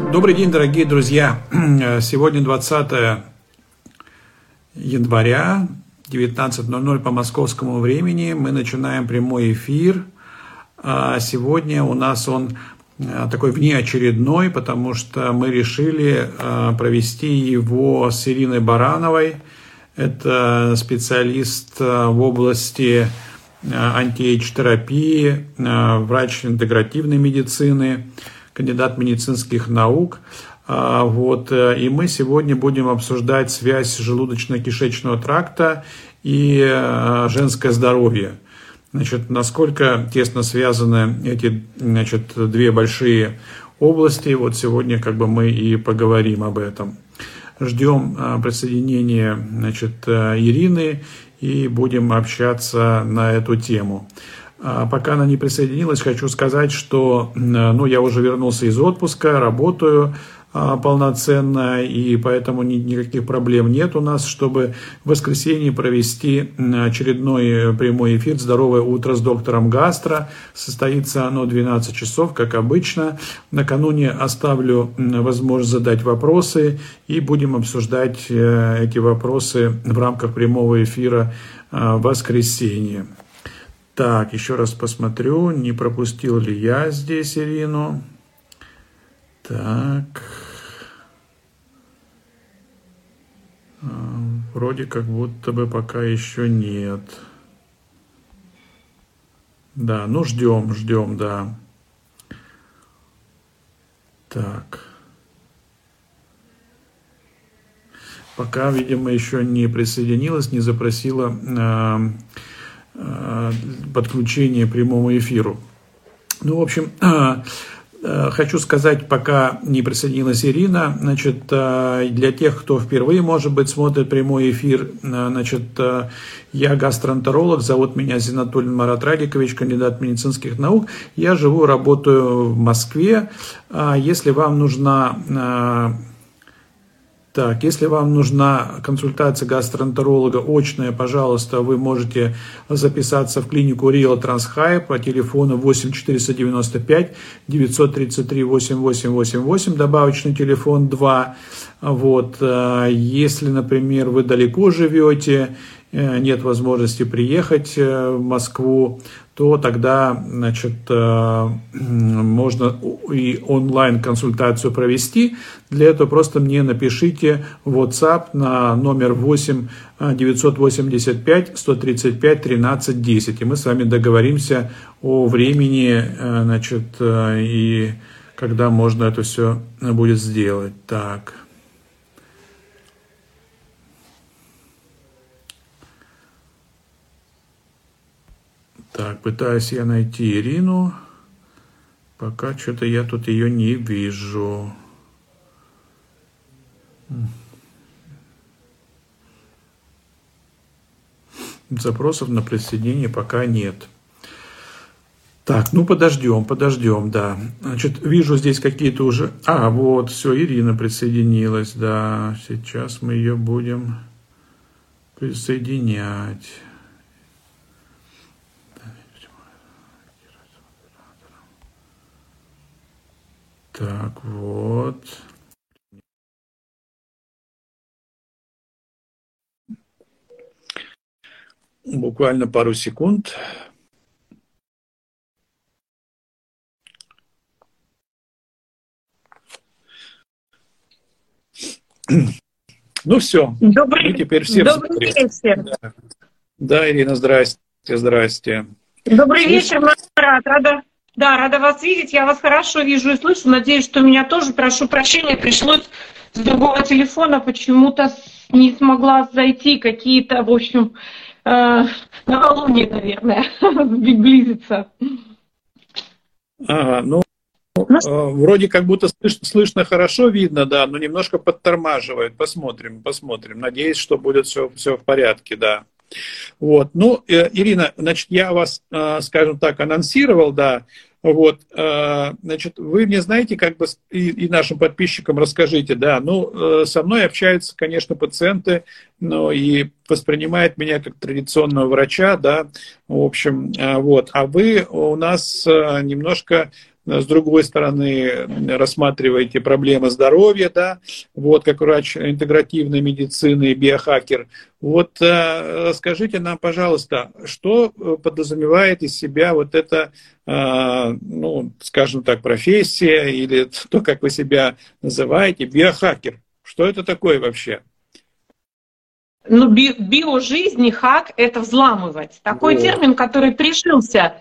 Добрый день, дорогие друзья. Сегодня 20 января, 19:00 по московскому времени. Мы начинаем прямой эфир. Сегодня у нас он такой внеочередной, потому что мы решили провести его с Ириной Барановой. Это специалист в области анти-эйдж-терапии, врач интегративной медицины, кандидат медицинских наук. И мы сегодня будем обсуждать связь желудочно-кишечного тракта и женское здоровье. Насколько тесно связаны эти две большие области. Сегодня мы и поговорим об этом. Ждем присоединения Ирины и будем общаться на эту тему. Пока она не присоединилась, хочу сказать, что я уже вернулся из отпуска, работаю полноценно, и поэтому никаких проблем нет у нас, чтобы в воскресенье провести очередной прямой эфир «Здоровое утро» с доктором Гастро. Состоится оно 12 часов, как обычно. Накануне оставлю возможность задать вопросы, и будем обсуждать эти вопросы в рамках прямого эфира в воскресенье. Так, еще раз посмотрю, не пропустил ли я здесь Ирину. Так. Вроде как будто бы пока еще нет. Да, ждем, да. Так. Пока, видимо, еще не присоединилась, не запросила подключение к прямому эфиру. Хочу сказать, пока не присоединилась Ирина, для тех, кто впервые, может быть, смотрит прямой эфир, я гастроэнтеролог, зовут меня Зинатуллин Марат Радикович, кандидат медицинских наук. Я живу, работаю в Москве. Если вам нужна консультация гастроэнтеролога очная, пожалуйста, вы можете записаться в клинику Rio Transhype по телефону 8 495 933 8888, добавочный телефон 2. Если, например, вы далеко живете, нет возможности приехать в Москву, то тогда, можно и онлайн-консультацию провести. Для этого просто мне напишите в WhatsApp на номер 8 985 135 13 10, и мы с вами договоримся о времени, и когда можно это все будет сделать. Так. Так, пытаюсь я найти Ирину. Пока что-то я тут ее не вижу. Запросов на присоединение пока нет. Так, подождем, да. Вижу здесь какие-то уже... все, Ирина присоединилась, да. Сейчас мы ее будем присоединять. Так, Буквально пару секунд. Все. Мы теперь все Добрый вечер. Да, Ирина, здрасте. Добрый вечер, Марат. Рада вас видеть. Я вас хорошо вижу и слышу. Надеюсь, что меня тоже. Прошу прощения, пришлось с другого телефона, почему-то не смогла зайти. Какие-то, в общем, новолуние, наверное, близится. Вроде как будто слышно хорошо, видно, да, но немножко подтормаживает. Посмотрим. Надеюсь, что будет все в порядке, да. Ирина, я вас, скажем так, анонсировал, да. Вы мне знаете, и нашим подписчикам расскажите, да, со мной общаются, конечно, пациенты, и воспринимают меня как традиционного врача, да, в общем, а вы у нас немножко с другой стороны рассматриваете проблемы здоровья, да, вот как врач интегративной медицины и биохакер. Вот скажите нам, пожалуйста, что подразумевает из себя вот эта, ну, скажем так, профессия или то, как вы себя называете, биохакер? Что это такое вообще? Ну, биожизнь, хак — это взламывать. Такой термин, который прижился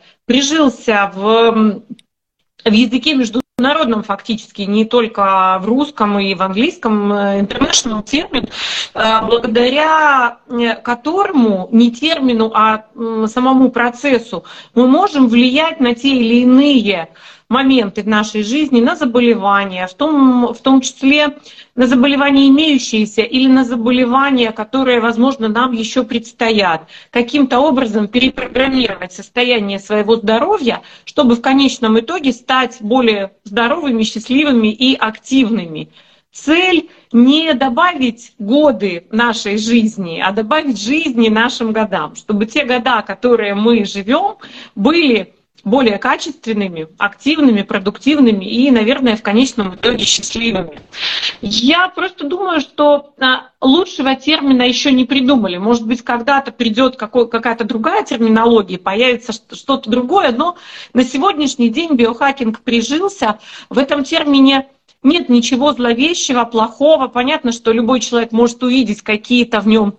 в языке международном фактически, не только в русском и в английском, international термин, благодаря которому, не термину, а самому процессу, мы можем влиять на те или иные моменты в нашей жизни, на заболевания, в том числе на заболевания имеющиеся или на заболевания, которые, возможно, нам еще предстоят. Каким-то образом перепрограммировать состояние своего здоровья, чтобы в конечном итоге стать более здоровыми, счастливыми и активными. Цель не добавить годы нашей жизни, а добавить жизни нашим годам, чтобы те года, которые мы живем, были более качественными, активными, продуктивными и, наверное, в конечном итоге счастливыми. Я просто думаю, что лучшего термина еще не придумали. Может быть, когда-то придет какая-то другая терминология, появится что-то другое, но на сегодняшний день биохакинг прижился. В этом термине нет ничего зловещего, плохого. Понятно, что любой человек может увидеть какие-то в нем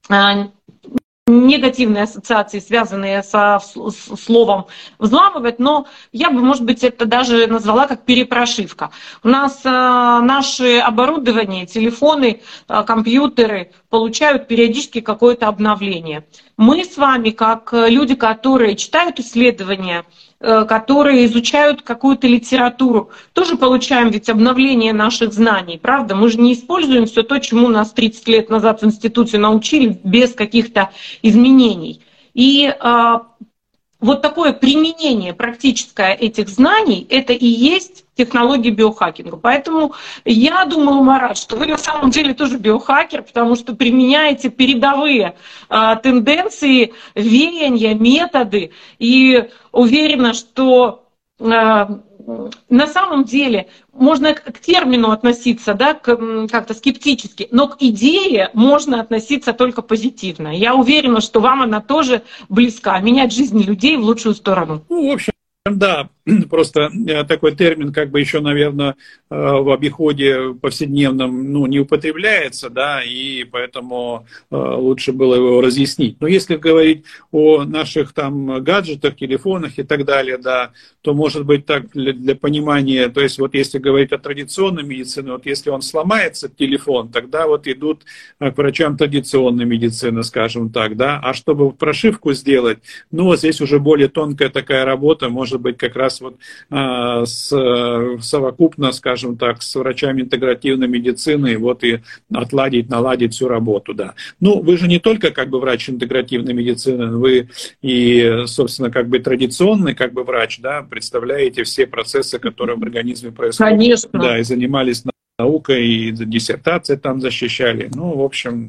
негативные ассоциации, связанные со словом «взламывать», но я бы, может быть, это даже назвала как перепрошивка. У нас наши оборудование, телефоны, компьютеры получают периодически какое-то обновление. Мы с вами, как люди, которые читают исследования, которые изучают какую-то литературу, тоже получаем ведь обновление наших знаний, правда? Мы же не используем все то, чему нас 30 лет назад в институте научили, без каких-то изменений. И вот такое применение практическое этих знаний, это и есть технологии биохакинга. Поэтому я думаю, Марат, что вы на самом деле тоже биохакер, потому что применяете передовые тенденции, веяния, методы. И уверена, что на самом деле можно к термину относиться, да, как-то скептически, но к идее можно относиться только позитивно. Я уверена, что вам она тоже близка, менять жизни людей в лучшую сторону. Ну, в общем, да, просто такой термин как бы еще, наверное, в обиходе повседневном, ну, не употребляется, да, и поэтому лучше было его разъяснить. Но если говорить о наших там гаджетах, телефонах и так далее, да, то может быть так для понимания, то есть вот если говорить о традиционной медицине, вот если он сломается, телефон, тогда вот идут к врачам традиционной медицины, скажем так, да, а чтобы прошивку сделать, ну, вот здесь уже более тонкая такая работа, может быть, как раз вот совокупно, скажем так, с врачами интегративной медицины, вот и наладить всю работу, да. Ну, вы же не только как бы врач интегративной медицины, вы и, собственно, как бы традиционный как бы врач, да, представляете все процессы, которые в организме происходят. Конечно. Да, и занимались наукой, и диссертации там защищали. Ну, в общем,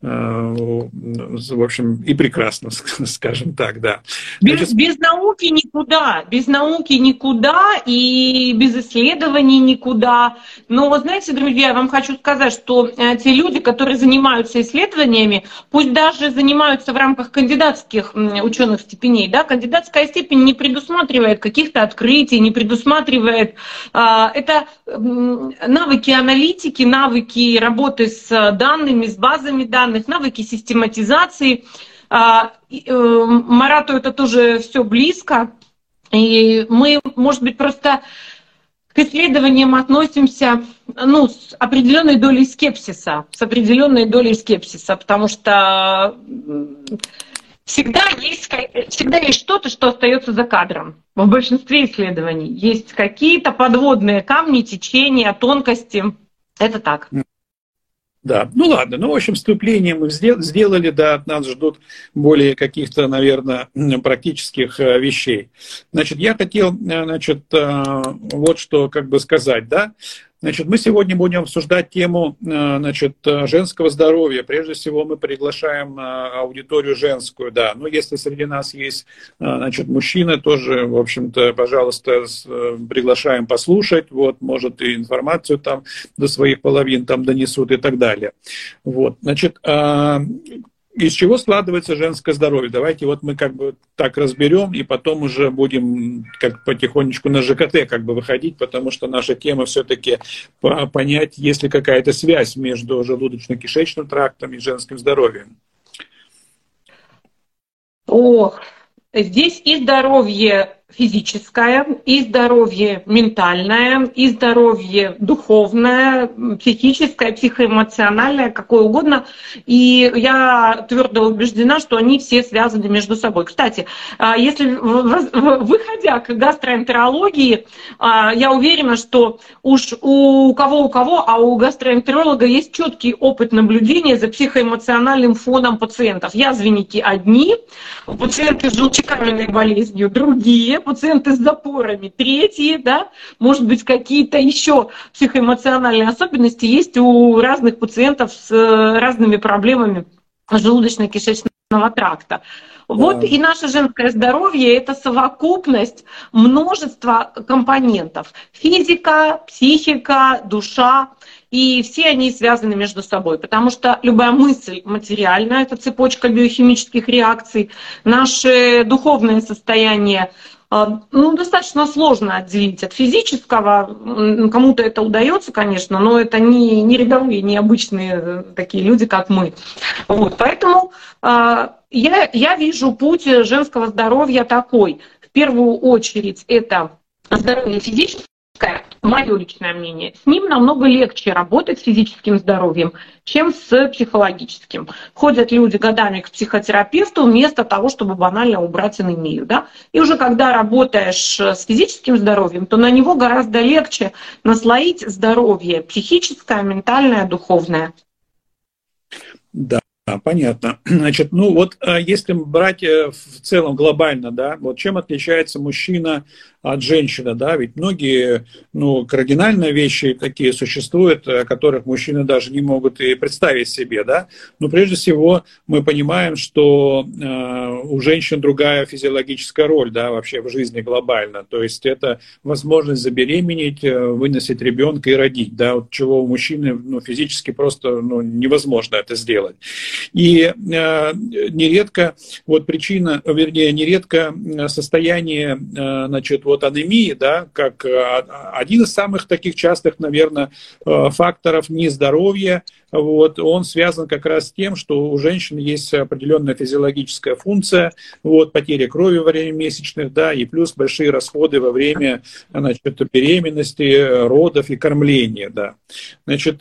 и прекрасно, скажем так, да. Без науки никуда, и без исследований никуда. Но, знаете, друзья, я вам хочу сказать, что те люди, которые занимаются исследованиями, пусть даже занимаются в рамках кандидатских ученых степеней, да, кандидатская степень не предусматривает каких-то открытий, не предусматривает это навыки аналитики, навыки работы с данными, с базами данных, навыки систематизации. Марату это тоже все близко. И мы, может быть, просто к исследованиям относимся, ну, с определенной долей скепсиса, потому что всегда есть что-то, что остается за кадром. В большинстве исследований есть какие-то подводные камни, течения, тонкости. Это так. Да, ну ладно, ну в общем вступление мы сделали, да, от нас ждут более каких-то, наверное, практических вещей. Значит, я хотел, вот что как бы сказать, да. Значит, мы сегодня будем обсуждать тему, значит, женского здоровья. Прежде всего, мы приглашаем аудиторию женскую, да. Но если среди нас есть, значит, мужчины, тоже, в общем-то, пожалуйста, приглашаем послушать. Вот, может, и информацию там до своих половин там донесут и так далее. Вот, значит, из чего складывается женское здоровье? Давайте вот мы как бы так разберем, и потом уже будем как потихонечку на ЖКТ как бы выходить, потому что наша тема все-таки понять, есть ли какая-то связь между желудочно-кишечным трактом и женским здоровьем. Здесь и здоровье физическое, и здоровье ментальное, и здоровье духовное, психическое, психоэмоциональное, какое угодно. И я твердо убеждена, что они все связаны между собой. Кстати, если выходя к гастроэнтерологии, я уверена, что уж у кого, а у гастроэнтеролога есть четкий опыт наблюдения за психоэмоциональным фоном пациентов. Язвенники одни, пациенты с желчекаменной болезнью другие, пациенты с запорами третьи, да, может быть, какие-то еще психоэмоциональные особенности есть у разных пациентов с разными проблемами желудочно-кишечного тракта. Вот и наше женское здоровье – это совокупность множества компонентов. Физика, психика, душа. И все они связаны между собой, потому что любая мысль материальная – это цепочка биохимических реакций. Наше духовное состояние достаточно сложно отделить от физического. Кому-то это удается, конечно, но это не рядовые, не обычные такие люди, как мы. Вот, поэтому я вижу путь женского здоровья такой. В первую очередь это здоровье физическое. Мое личное мнение, с ним намного легче работать с физическим здоровьем, чем с психологическим. Ходят люди годами к психотерапевту вместо того, чтобы банально убрать анемию. Да? И уже когда работаешь с физическим здоровьем, то на него гораздо легче наслоить здоровье психическое, ментальное, духовное. Да. Понятно. Значит, ну вот если брать в целом глобально, да, вот чем отличается мужчина от женщины, да, ведь многие, кардинальные вещи такие существуют, о которых мужчины даже не могут и представить себе, да, но прежде всего мы понимаем, что у женщин другая физиологическая роль, да, вообще в жизни глобально, то есть это возможность забеременеть, выносить ребенка и родить, да, вот чего у мужчины, физически просто, невозможно это сделать. И нередко вот причина, вернее, нередко состояние, значит, вот анемии, да, как один из самых таких частых, наверное, факторов нездоровья, вот, он связан как раз с тем, что у женщин есть определенная физиологическая функция, вот, потеря крови во время месячных, да, и плюс большие расходы во время, значит, беременности, родов и кормления, да. Значит,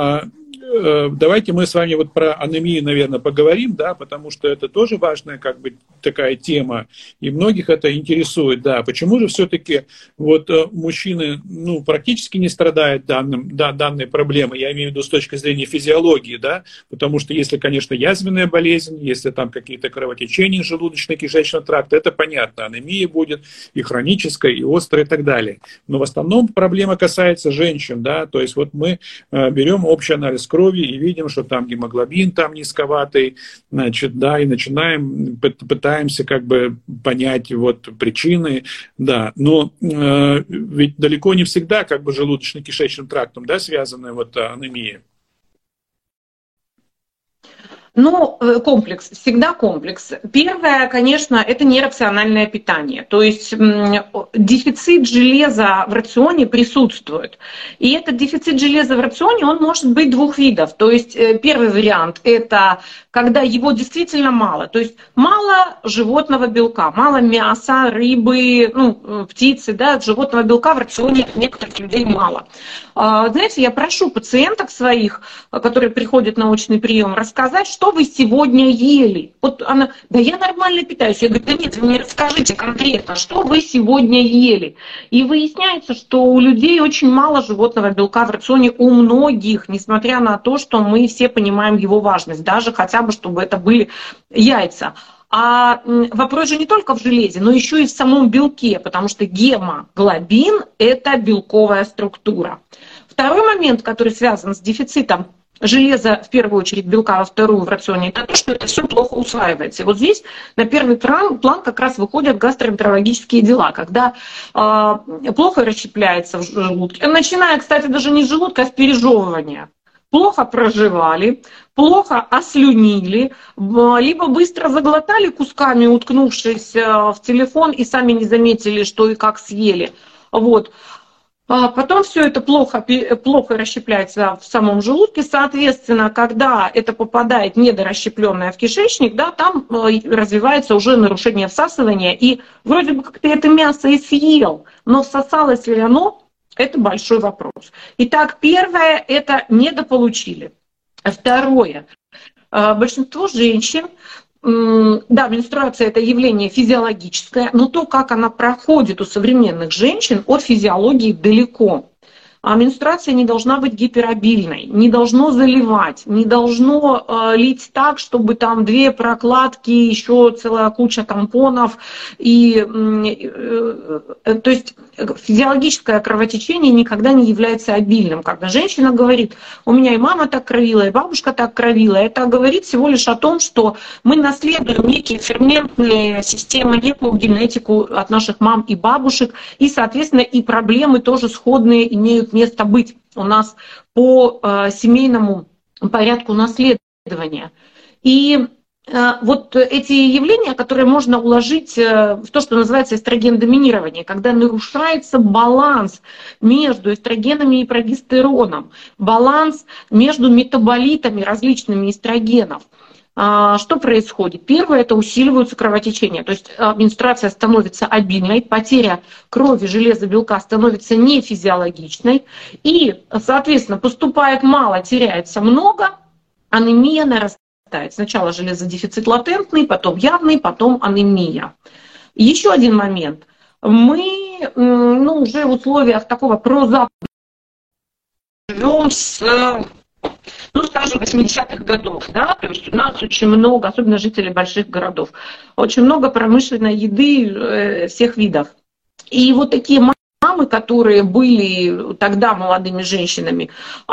давайте мы с вами вот про анемию, наверное, поговорим, да, потому что это тоже важная как бы такая тема, и многих это интересует, да. Почему же все-таки вот мужчины, практически не страдают данной проблемой, я имею в виду с точки зрения физиологии, да, потому что если, конечно, язвенная болезнь, если там какие-то кровотечения желудочно-кишечного тракта, это понятно, анемия будет и хроническая, и острая, и так далее. Но в основном проблема касается женщин, да, то есть вот мы берем общий анализ крови и видим, что там гемоглобин там низковатый, значит, да, и начинаем, пытаемся как бы понять вот причины, да, но ведь далеко не всегда как бы желудочно-кишечным трактом, да, связана вот анемия. Комплекс, всегда комплекс. Первое, конечно, это нерациональное питание. То есть дефицит железа в рационе присутствует. И этот дефицит железа в рационе, он может быть двух видов. То есть первый вариант – это когда его действительно мало. То есть мало животного белка, мало мяса, рыбы, птицы, да, животного белка в рационе некоторых людей мало. Знаете, я прошу пациенток своих, которые приходят на очный прием, рассказать, что вы сегодня ели. Вот она, да я нормально питаюсь. Я говорю, да нет, вы мне расскажите конкретно, что вы сегодня ели. И выясняется, что у людей очень мало животного белка в рационе, у многих, несмотря на то, что мы все понимаем его важность, даже хотя бы, чтобы это были яйца. А вопрос же не только в железе, но еще и в самом белке, потому что гемоглобин – это белковая структура. Второй момент, который связан с дефицитом железа, в первую очередь белка, во вторую в рационе, это то, что это все плохо усваивается. И вот здесь на первый план как раз выходят гастроэнтерологические дела, когда плохо расщепляется в желудке, начиная, кстати, даже не с желудка, а с пережевывания. Плохо проживали, плохо ослюнили, либо быстро заглотали кусками, уткнувшись в телефон, и сами не заметили, что и как съели. Вот. Потом все это плохо расщепляется в самом желудке. Соответственно, когда это попадает недорасщепленное в кишечник, да, там развивается уже нарушение всасывания. И вроде бы как ты это мясо и съел, но всосалось ли оно, это большой вопрос. Итак, первое – это недополучили. Второе. Большинство женщин, да, менструация – это явление физиологическое, но то, как она проходит у современных женщин, от физиологии далеко. А менструация не должна быть гиперобильной, не должно заливать, не должно лить так, чтобы там 2 прокладки, еще целая куча тампонов. То есть физиологическое кровотечение никогда не является обильным. Когда женщина говорит, у меня и мама так кровила, и бабушка так кровила, это говорит всего лишь о том, что мы наследуем некие ферментные системы, некую генетику от наших мам и бабушек, и, соответственно, и проблемы тоже сходные имеют место быть у нас по семейному порядку наследования. И вот эти явления, которые можно уложить в то, что называется эстроген-доминирование, когда нарушается баланс между эстрогенами и прогестероном, баланс между метаболитами различными эстрогенов. Что происходит? Первое – это усиливаются кровотечения, то есть менструация становится обильной, потеря крови, железа, белка становится нефизиологичной, и, соответственно, поступает мало, теряется много, анемия нарастает. Сначала железодефицит латентный, потом явный, потом анемия. Еще один момент. Мы уже в условиях такого прозапада живем с... скажем, 80-х годов, да, то есть у нас очень много, особенно жители больших городов, очень много промышленной еды всех видов. И вот такие мамы, которые были тогда молодыми женщинами,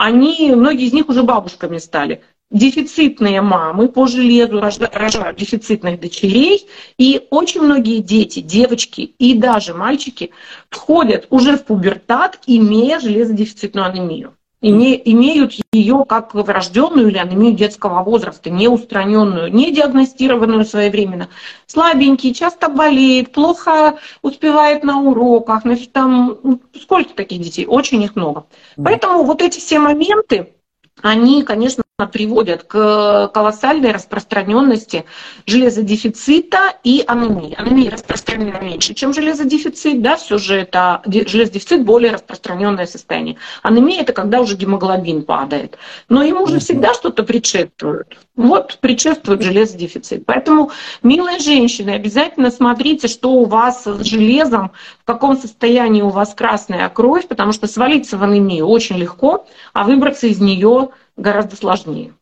многие из них уже бабушками стали. Дефицитные мамы по железу рожают дефицитных дочерей, и очень многие дети, девочки и даже мальчики входят уже в пубертат, имея железодефицитную анемию. Имеют ее как врожденную или анемию детского возраста, неустраненную, не диагностированную своевременно. Слабенький, часто болеет, плохо успевает на уроках. Значит, там сколько таких детей? Очень их много. Поэтому вот эти все моменты, они, конечно, приводят к колоссальной распространенности железодефицита и анемии. Анемия распространена меньше, чем железодефицит, да, все же это железодефицит более распространенное состояние. Анемия – это когда уже гемоглобин падает. Но ему же всегда что-то предшествует. Вот предшествует железодефицит. Поэтому, милые женщины, обязательно смотрите, что у вас с железом, в каком состоянии у вас красная кровь, потому что свалиться в анемию очень легко, а выбраться из нее гораздо сложнее.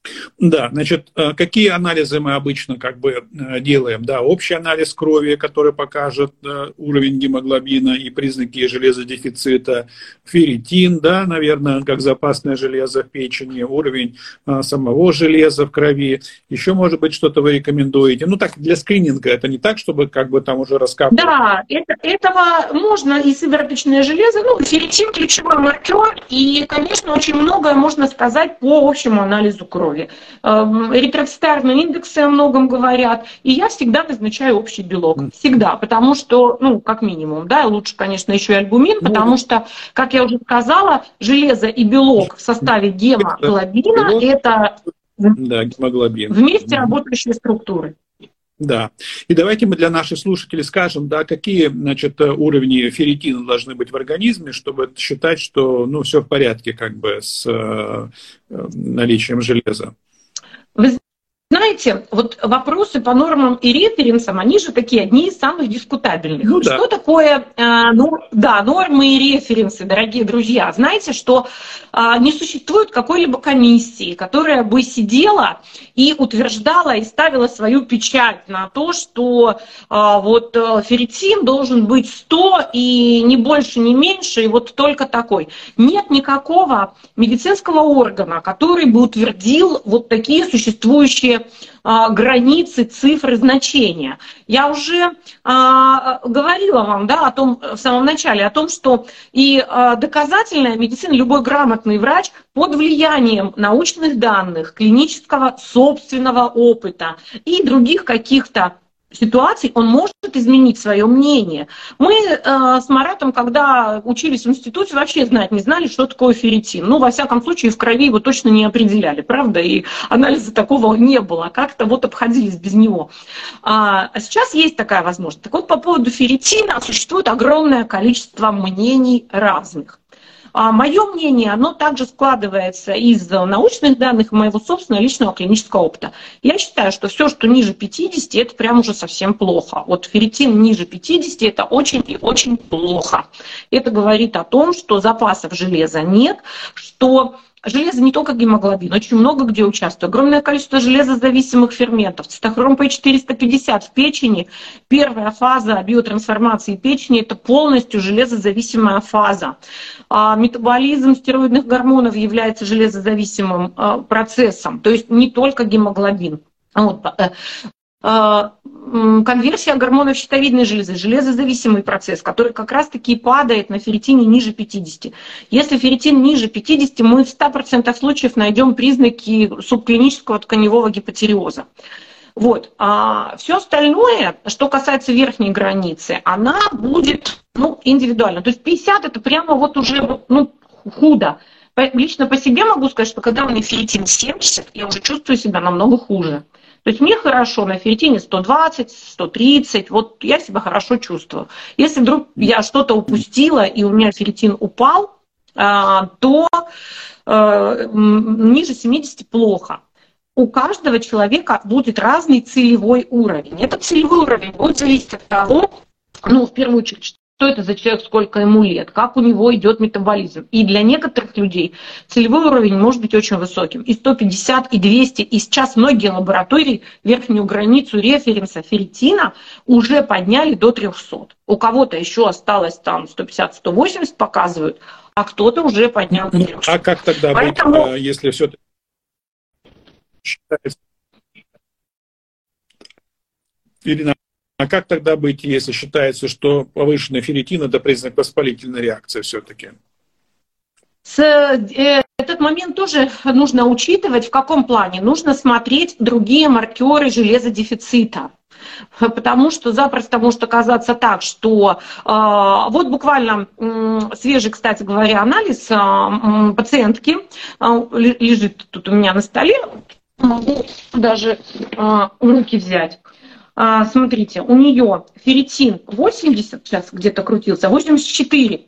Да, значит, какие анализы мы обычно делаем? Да, общий анализ крови, который покажет уровень гемоглобина и признаки железодефицита, ферритин, да, наверное, как запасное железо в печени, уровень самого железа в крови. Еще, может быть, что-то вы рекомендуете? Так, для скрининга, это не так, чтобы там уже раскапывать? Да, этого можно и сывороточное железо, ферритин ключевой маркер, и, конечно, очень многое можно сказать по общему анализу крови. Эритроцитарные индексы о многом говорят, и я всегда назначаю общий белок, всегда, потому что, как минимум, да, лучше, конечно, еще и альбумин, потому что, как я уже сказала, железо и белок в составе гемоглобина – это гемоглобин. Вместе работающие структуры. Да. И давайте мы для наших слушателей скажем, да, какие, уровни ферритина должны быть в организме, чтобы считать, что, все в порядке, с наличием железа. Вы знаете, вот вопросы по нормам и референсам, они же такие одни из самых дискутабельных. Ну, да. Что такое нормы и референсы, дорогие друзья? Знаете, что не существует какой-либо комиссии, которая бы сидела и утверждала и ставила свою печать на то, что ферритин должен быть 100 и не больше, не меньше, и вот только такой. Нет никакого медицинского органа, который бы утвердил вот такие существующие границы, цифры, значения. Я уже говорила вам, да, о том, в самом начале, о том, что и доказательная медицина, любой грамотный врач под влиянием научных данных, клинического собственного опыта и других каких-то ситуаций, он может изменить свое мнение. Мы с Маратом, когда учились в институте, вообще знать не знали, что такое ферритин. Ну, во всяком случае, в крови его точно не определяли, правда? И анализа такого не было. Как-то вот обходились без него. А сейчас есть такая возможность. Так вот, по поводу ферритина существует огромное количество мнений разных. Мое мнение, оно также складывается из научных данных и моего собственного личного клинического опыта. Я считаю, что все, что ниже 50, это прям уже совсем плохо. Вот ферритин ниже 50, это очень и очень плохо. Это говорит о том, что запасов железа нет, что железо не только гемоглобин, очень много где участвует. Огромное количество железозависимых ферментов. Цитохром P450 в печени. Первая фаза биотрансформации печени – это полностью железозависимая фаза. Метаболизм стероидных гормонов является железозависимым процессом. То есть не только гемоглобин. Конверсия гормонов щитовидной железы, железозависимый процесс, который как раз-таки падает на ферритине ниже 50. Если ферритин ниже 50, мы в 100% случаев найдем признаки субклинического тканевого гипотереоза. Вот. А все остальное, что касается верхней границы, она будет индивидуально. То есть 50 это прямо вот уже худо. Лично по себе могу сказать, что когда у меня ферритин 70, я уже чувствую себя намного хуже. То есть мне хорошо на ферритине 120, 130, вот я себя хорошо чувствую. Если вдруг я что-то упустила и у меня ферритин упал, то ниже 70 плохо. У каждого человека будет разный целевой уровень. Этот целевой уровень будет зависеть от того, в первую очередь, что это за человек, сколько ему лет, как у него идет метаболизм. И для некоторых людей целевой уровень может быть очень высоким. И 150, и 200. И сейчас многие лаборатории верхнюю границу референса ферритина уже подняли до 300. У кого-то еще осталось там 150-180 показывают, а кто-то уже поднял до 300. А как тогда быть, если все-таки считается... Ирина, а как тогда быть, если считается, что повышенный ферритин – это признак воспалительной реакции все-таки? Этот момент тоже нужно учитывать. В каком плане? Нужно смотреть другие маркеры железодефицита. Потому что запросто может оказаться так, что вот буквально свежий, кстати говоря, анализ пациентки лежит тут у меня на столе. Могу даже руки взять. Смотрите, у нее ферритин 80, сейчас где-то крутился, 84,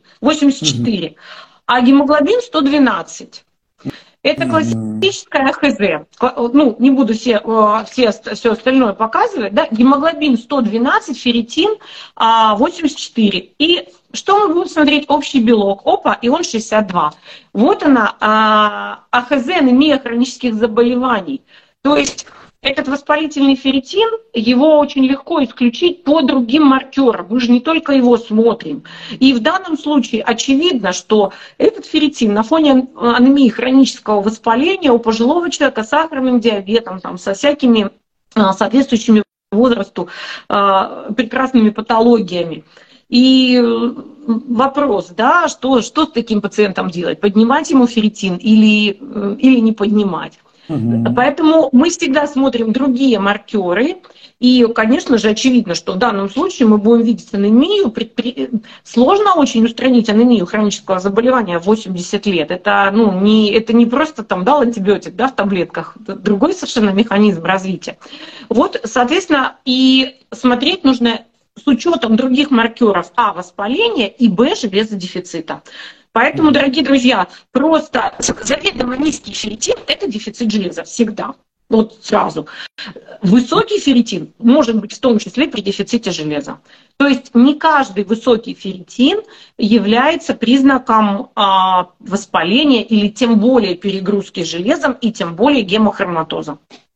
а гемоглобин 112. Это классическая АХЗ. Не буду все остальное показывать. Да? Гемоглобин 112, ферритин 84. И что мы будем смотреть? Общий белок. Опа, и он 62. Вот она, АХЗ, анемия хронических заболеваний. То есть этот воспалительный ферритин, его очень легко исключить по другим маркерам. Мы же не только его смотрим. И в данном случае очевидно, что этот ферритин на фоне анемии хронического воспаления у пожилого человека с сахарным диабетом, со всякими соответствующими возрасту прекрасными патологиями. И вопрос, да, что с таким пациентом делать? Поднимать ему ферритин или не поднимать? Поэтому мы всегда смотрим другие маркеры. И, конечно же, очевидно, что в данном случае мы будем видеть анемию. Сложно очень устранить анемию хронического заболевания в 80 лет. Это не просто дал антибиотик в таблетках. Это другой совершенно механизм развития. Вот, соответственно, и смотреть нужно с учетом других маркеров: А, воспаления, и Б, железодефицита. Поэтому, дорогие друзья, просто заведомо низкий ферритин – это дефицит железа всегда. Вот сразу. Высокий ферритин может быть в том числе при дефиците железа. То есть не каждый высокий ферритин является признаком воспаления или тем более перегрузки железом и тем более гемохроматоза.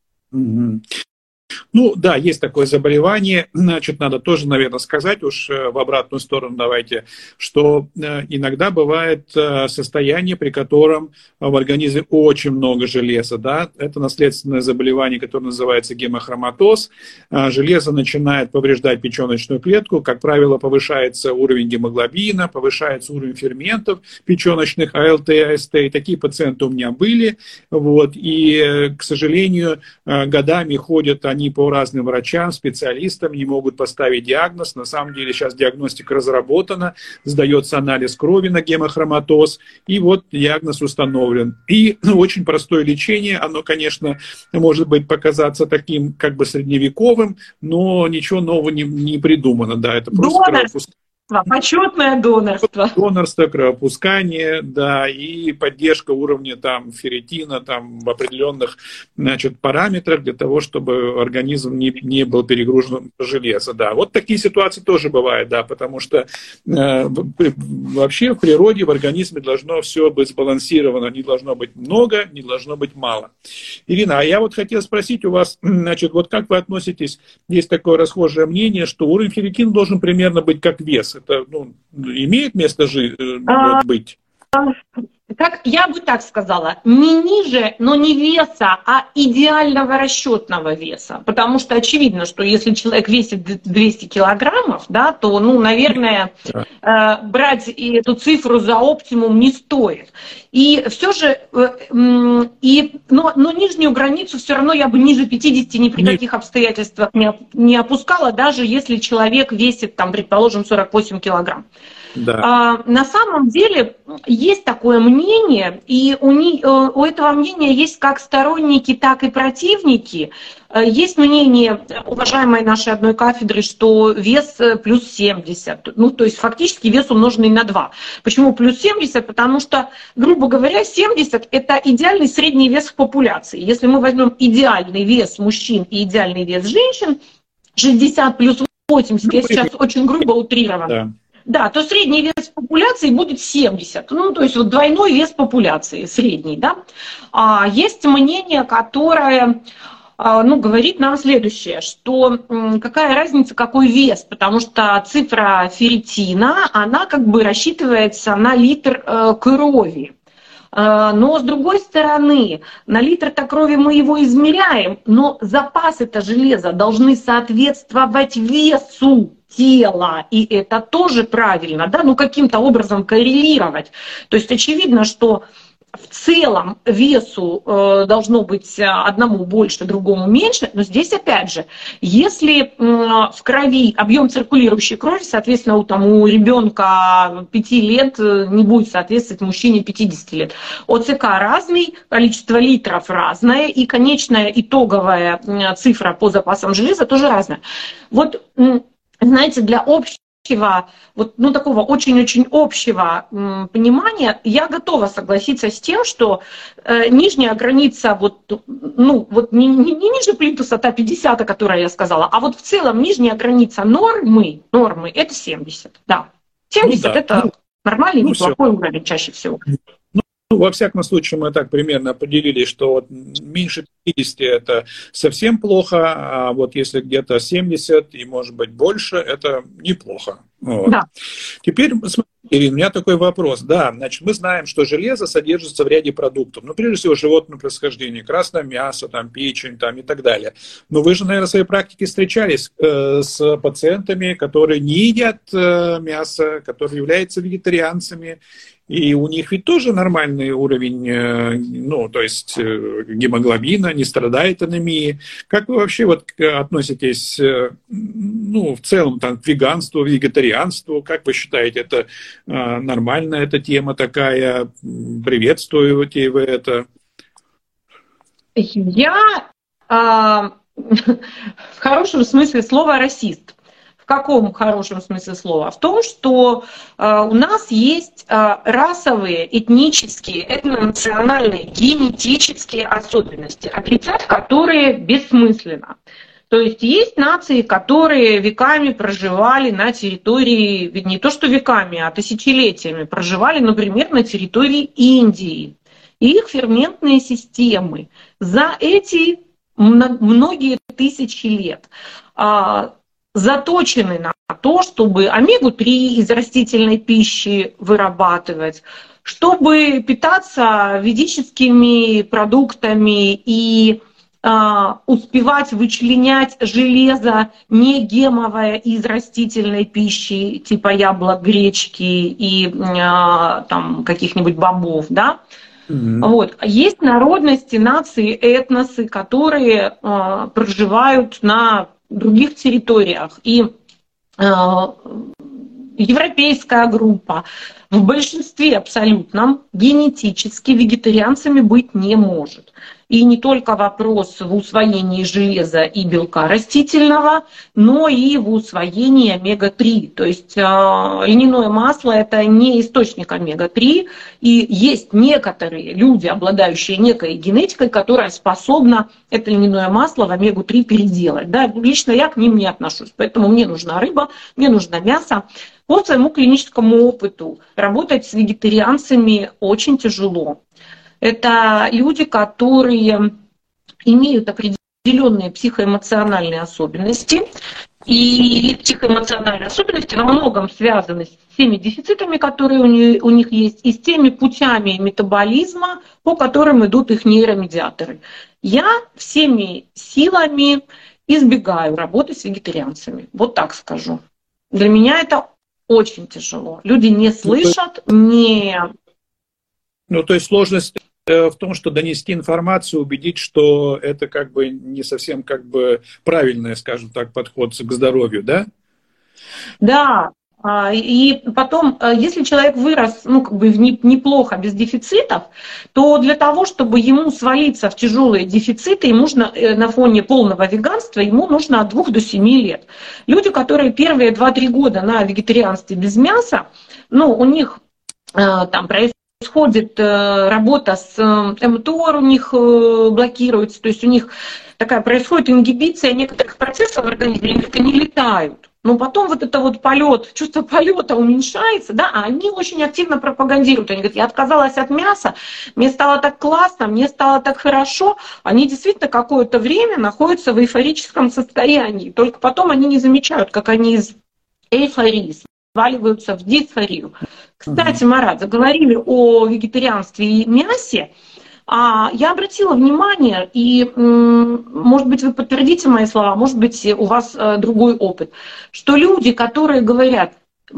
Ну да, есть такое заболевание, значит, надо тоже, наверное, сказать уж в обратную сторону давайте, что иногда бывает состояние, при котором в организме очень много железа, да, это наследственное заболевание, которое называется гемохроматоз, железо начинает повреждать печеночную клетку, как правило, повышается уровень гемоглобина, повышается уровень ферментов печеночных, АЛТ, АСТ, и такие пациенты у меня были, вот, и, к сожалению, годами ходят они по разным врачам, специалистам, не могут поставить диагноз. На самом деле сейчас диагностика разработана, сдается анализ крови на гемохроматоз, и вот диагноз установлен. И очень простое лечение, оно, конечно, может быть показаться таким как бы средневековым, но ничего нового не придумано. Да, это просто кровопускание. Почетное донорство. Донорство, кровопускание, да, и поддержка уровня там ферритина там в определенных, значит, параметрах для того, чтобы организм не был перегружен железом, да. Вот такие ситуации тоже бывают, да, потому что вообще в природе, в организме должно все быть сбалансировано, не должно быть много, не должно быть мало. Ирина, а я вот хотел спросить у вас, значит, вот как вы относитесь, есть такое расхожее мнение, что уровень ферритина должен примерно быть как вес. Это имеет место быть? Как я бы так сказала, не ниже, но не веса, а идеального расчетного веса. Потому что очевидно, что если человек весит 200 килограммов, да, то, наверное, брать эту цифру за оптимум не стоит. И все же, но нижнюю границу все равно я бы ниже 50 ни при каких обстоятельствах не опускала, даже если человек весит, там, предположим, 48 килограмм. Да. На самом деле есть такое мнение, и у этого мнения есть как сторонники, так и противники. Есть мнение уважаемой нашей одной кафедры, что вес плюс 70, то есть фактически вес умноженный на 2. Почему плюс 70? Потому что, грубо говоря, 70 – это идеальный средний вес в популяции. Если мы возьмем идеальный вес мужчин и идеальный вес женщин, 60 плюс 80, я сейчас очень грубо утрирована. Да. Да, то средний вес популяции будет 70. То есть вот двойной вес популяции, средний, да. Есть мнение, которое говорит нам следующее, что какая разница, какой вес, потому что цифра ферритина, она как бы рассчитывается на литр крови. Но, с другой стороны, на литр-то крови мы его измеряем, но запасы-то железа должны соответствовать весу тела, и это тоже правильно, да, каким-то образом коррелировать. То есть очевидно, что в целом весу должно быть одному больше, другому меньше, но здесь опять же, если в крови объем циркулирующей крови, соответственно, у ребенка 5 лет не будет соответствовать мужчине 50 лет. ОЦК разный, количество литров разное, и конечная итоговая цифра по запасам железа тоже разная. Вот, знаете, для общего, такого очень-очень общего понимания, я готова согласиться с тем, что нижняя граница, не ниже плинтуса 50, о которой я сказала, а вот в целом нижняя граница нормы это 70, да. 70 это нормальный, неплохой уровень чаще всего. Во всяком случае, мы так примерно определили, что меньше 50 это совсем плохо, а вот если где-то 70 и, может быть, больше, это неплохо. Вот. Да. Теперь, смотрите, Ирина, у меня такой вопрос. Да, значит, мы знаем, что железо содержится в ряде продуктов. Прежде всего, животного происхождения, красное мясо, печень и так далее. Но вы же, наверное, в своей практике встречались с пациентами, которые не едят мясо, которые являются вегетарианцами. И у них ведь тоже нормальный уровень, гемоглобина, не страдает анемией. Как вы вообще относитесь, в целом, к веганству, вегетарианству? Как вы считаете, это нормальная эта тема такая? Приветствуете вы это? Я в хорошем смысле слова расист. В каком хорошем смысле слова? В том, что у нас есть расовые, этнические, этнонациональные, генетические особенности, отрицать которые бессмысленно. То есть нации, которые веками проживали на территории, ведь не то что веками, а тысячелетиями проживали, например, на территории Индии. И их ферментные системы за эти многие тысячи лет заточены на то, чтобы омегу-3 из растительной пищи вырабатывать, чтобы питаться ведическими продуктами и успевать вычленять железо не гемовое из растительной пищи, типа яблок, гречки и там, каких-нибудь бобов, да? Вот. Есть народности, нации, этносы, которые проживают на других территориях. И европейская группа в большинстве абсолютном генетически вегетарианцами быть не может. И не только вопрос в усвоении железа и белка растительного, но и в усвоении омега-3. То есть льняное масло – это не источник омега-3, и есть некоторые люди, обладающие некой генетикой, которая способна это льняное масло в омегу-3 переделать. Да, лично я к ним не отношусь, поэтому мне нужна рыба, мне нужно мясо. По своему клиническому опыту работать с вегетарианцами очень тяжело. Это люди, которые имеют определенные психоэмоциональные особенности. И психоэмоциональные особенности во многом связаны с теми дефицитами, которые у них есть, и с теми путями метаболизма, по которым идут их нейромедиаторы. Я всеми силами избегаю работы с вегетарианцами. Вот так скажу. Для меня это очень тяжело. Люди не слышат, не... Ну, то есть сложность в том, что донести информацию, убедить, что это как бы не совсем как бы правильный, скажем так, подход к здоровью, да? Да. И потом, если человек вырос, ну, как бы неплохо, без дефицитов, то для того, чтобы ему свалиться в тяжелые дефициты, ему нужно на фоне полного веганства, ему нужно от 2 до 7 лет. Люди, которые первые 2-3 года на вегетарианстве без мяса, ну, у них там происходит работа с МТОР, у них блокируется, то есть у них такая происходит ингибиция некоторых процессов в организме, они как-то не летают. Но потом вот это вот полет, чувство полета уменьшается, да, а они очень активно пропагандируют. Они говорят, я отказалась от мяса, мне стало так классно, мне стало так хорошо. Они действительно какое-то время находятся в эйфорическом состоянии. Только потом они не замечают, как они из эйфории сваливаются в дисфорию. Кстати, Марат, заговорили о вегетарианстве и мясе. Я обратила внимание, и, может быть, вы подтвердите мои слова, может быть, у вас другой опыт, что люди, которые говорят,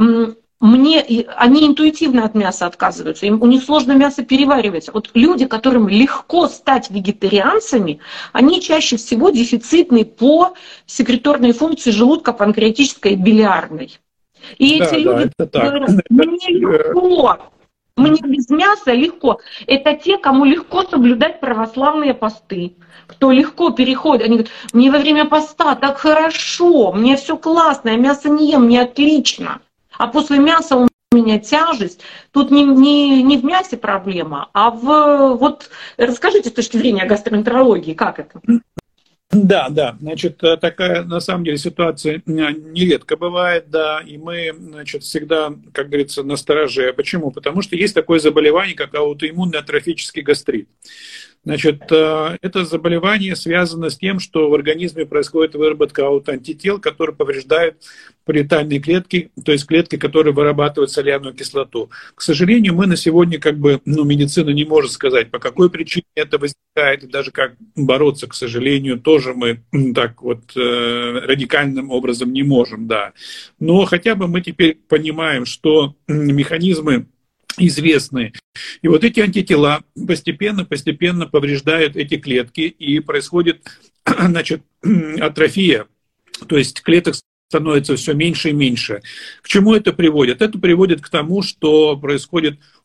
они интуитивно от мяса отказываются, у них сложно мясо переваривается. Вот люди, которым легко стать вегетарианцами, они чаще всего дефицитны по секреторной функции желудка, панкреатической и билиарной. И эти люди говорят, мне легко. Мне без мяса легко. Это те, кому легко соблюдать православные посты, кто легко переходит. Они говорят, мне во время поста так хорошо, мне все классно, я мясо не ем, мне отлично. А после мяса у меня тяжесть. Тут не в мясе проблема, а вот расскажите с точки зрения гастроэнтерологии, как это? Да, значит, такая на самом деле ситуация нередко бывает, да, и мы, значит, всегда, как говорится, настороже. Почему? Потому что есть такое заболевание, как аутоиммунный атрофический гастрит. Значит, это заболевание связано с тем, что в организме происходит выработка аутоантител, которые повреждают париетальные клетки, то есть клетки, которые вырабатывают соляную кислоту. К сожалению, мы на сегодня медицина не может сказать, по какой причине это возникает, и даже как бороться, к сожалению, тоже мы так вот радикальным образом не можем, да. Но хотя бы мы теперь понимаем, что механизмы известны. И вот эти антитела постепенно повреждают эти клетки, и происходит, значит, атрофия, то есть клеток становится все меньше и меньше. К чему это приводит? Это приводит к тому, что происходит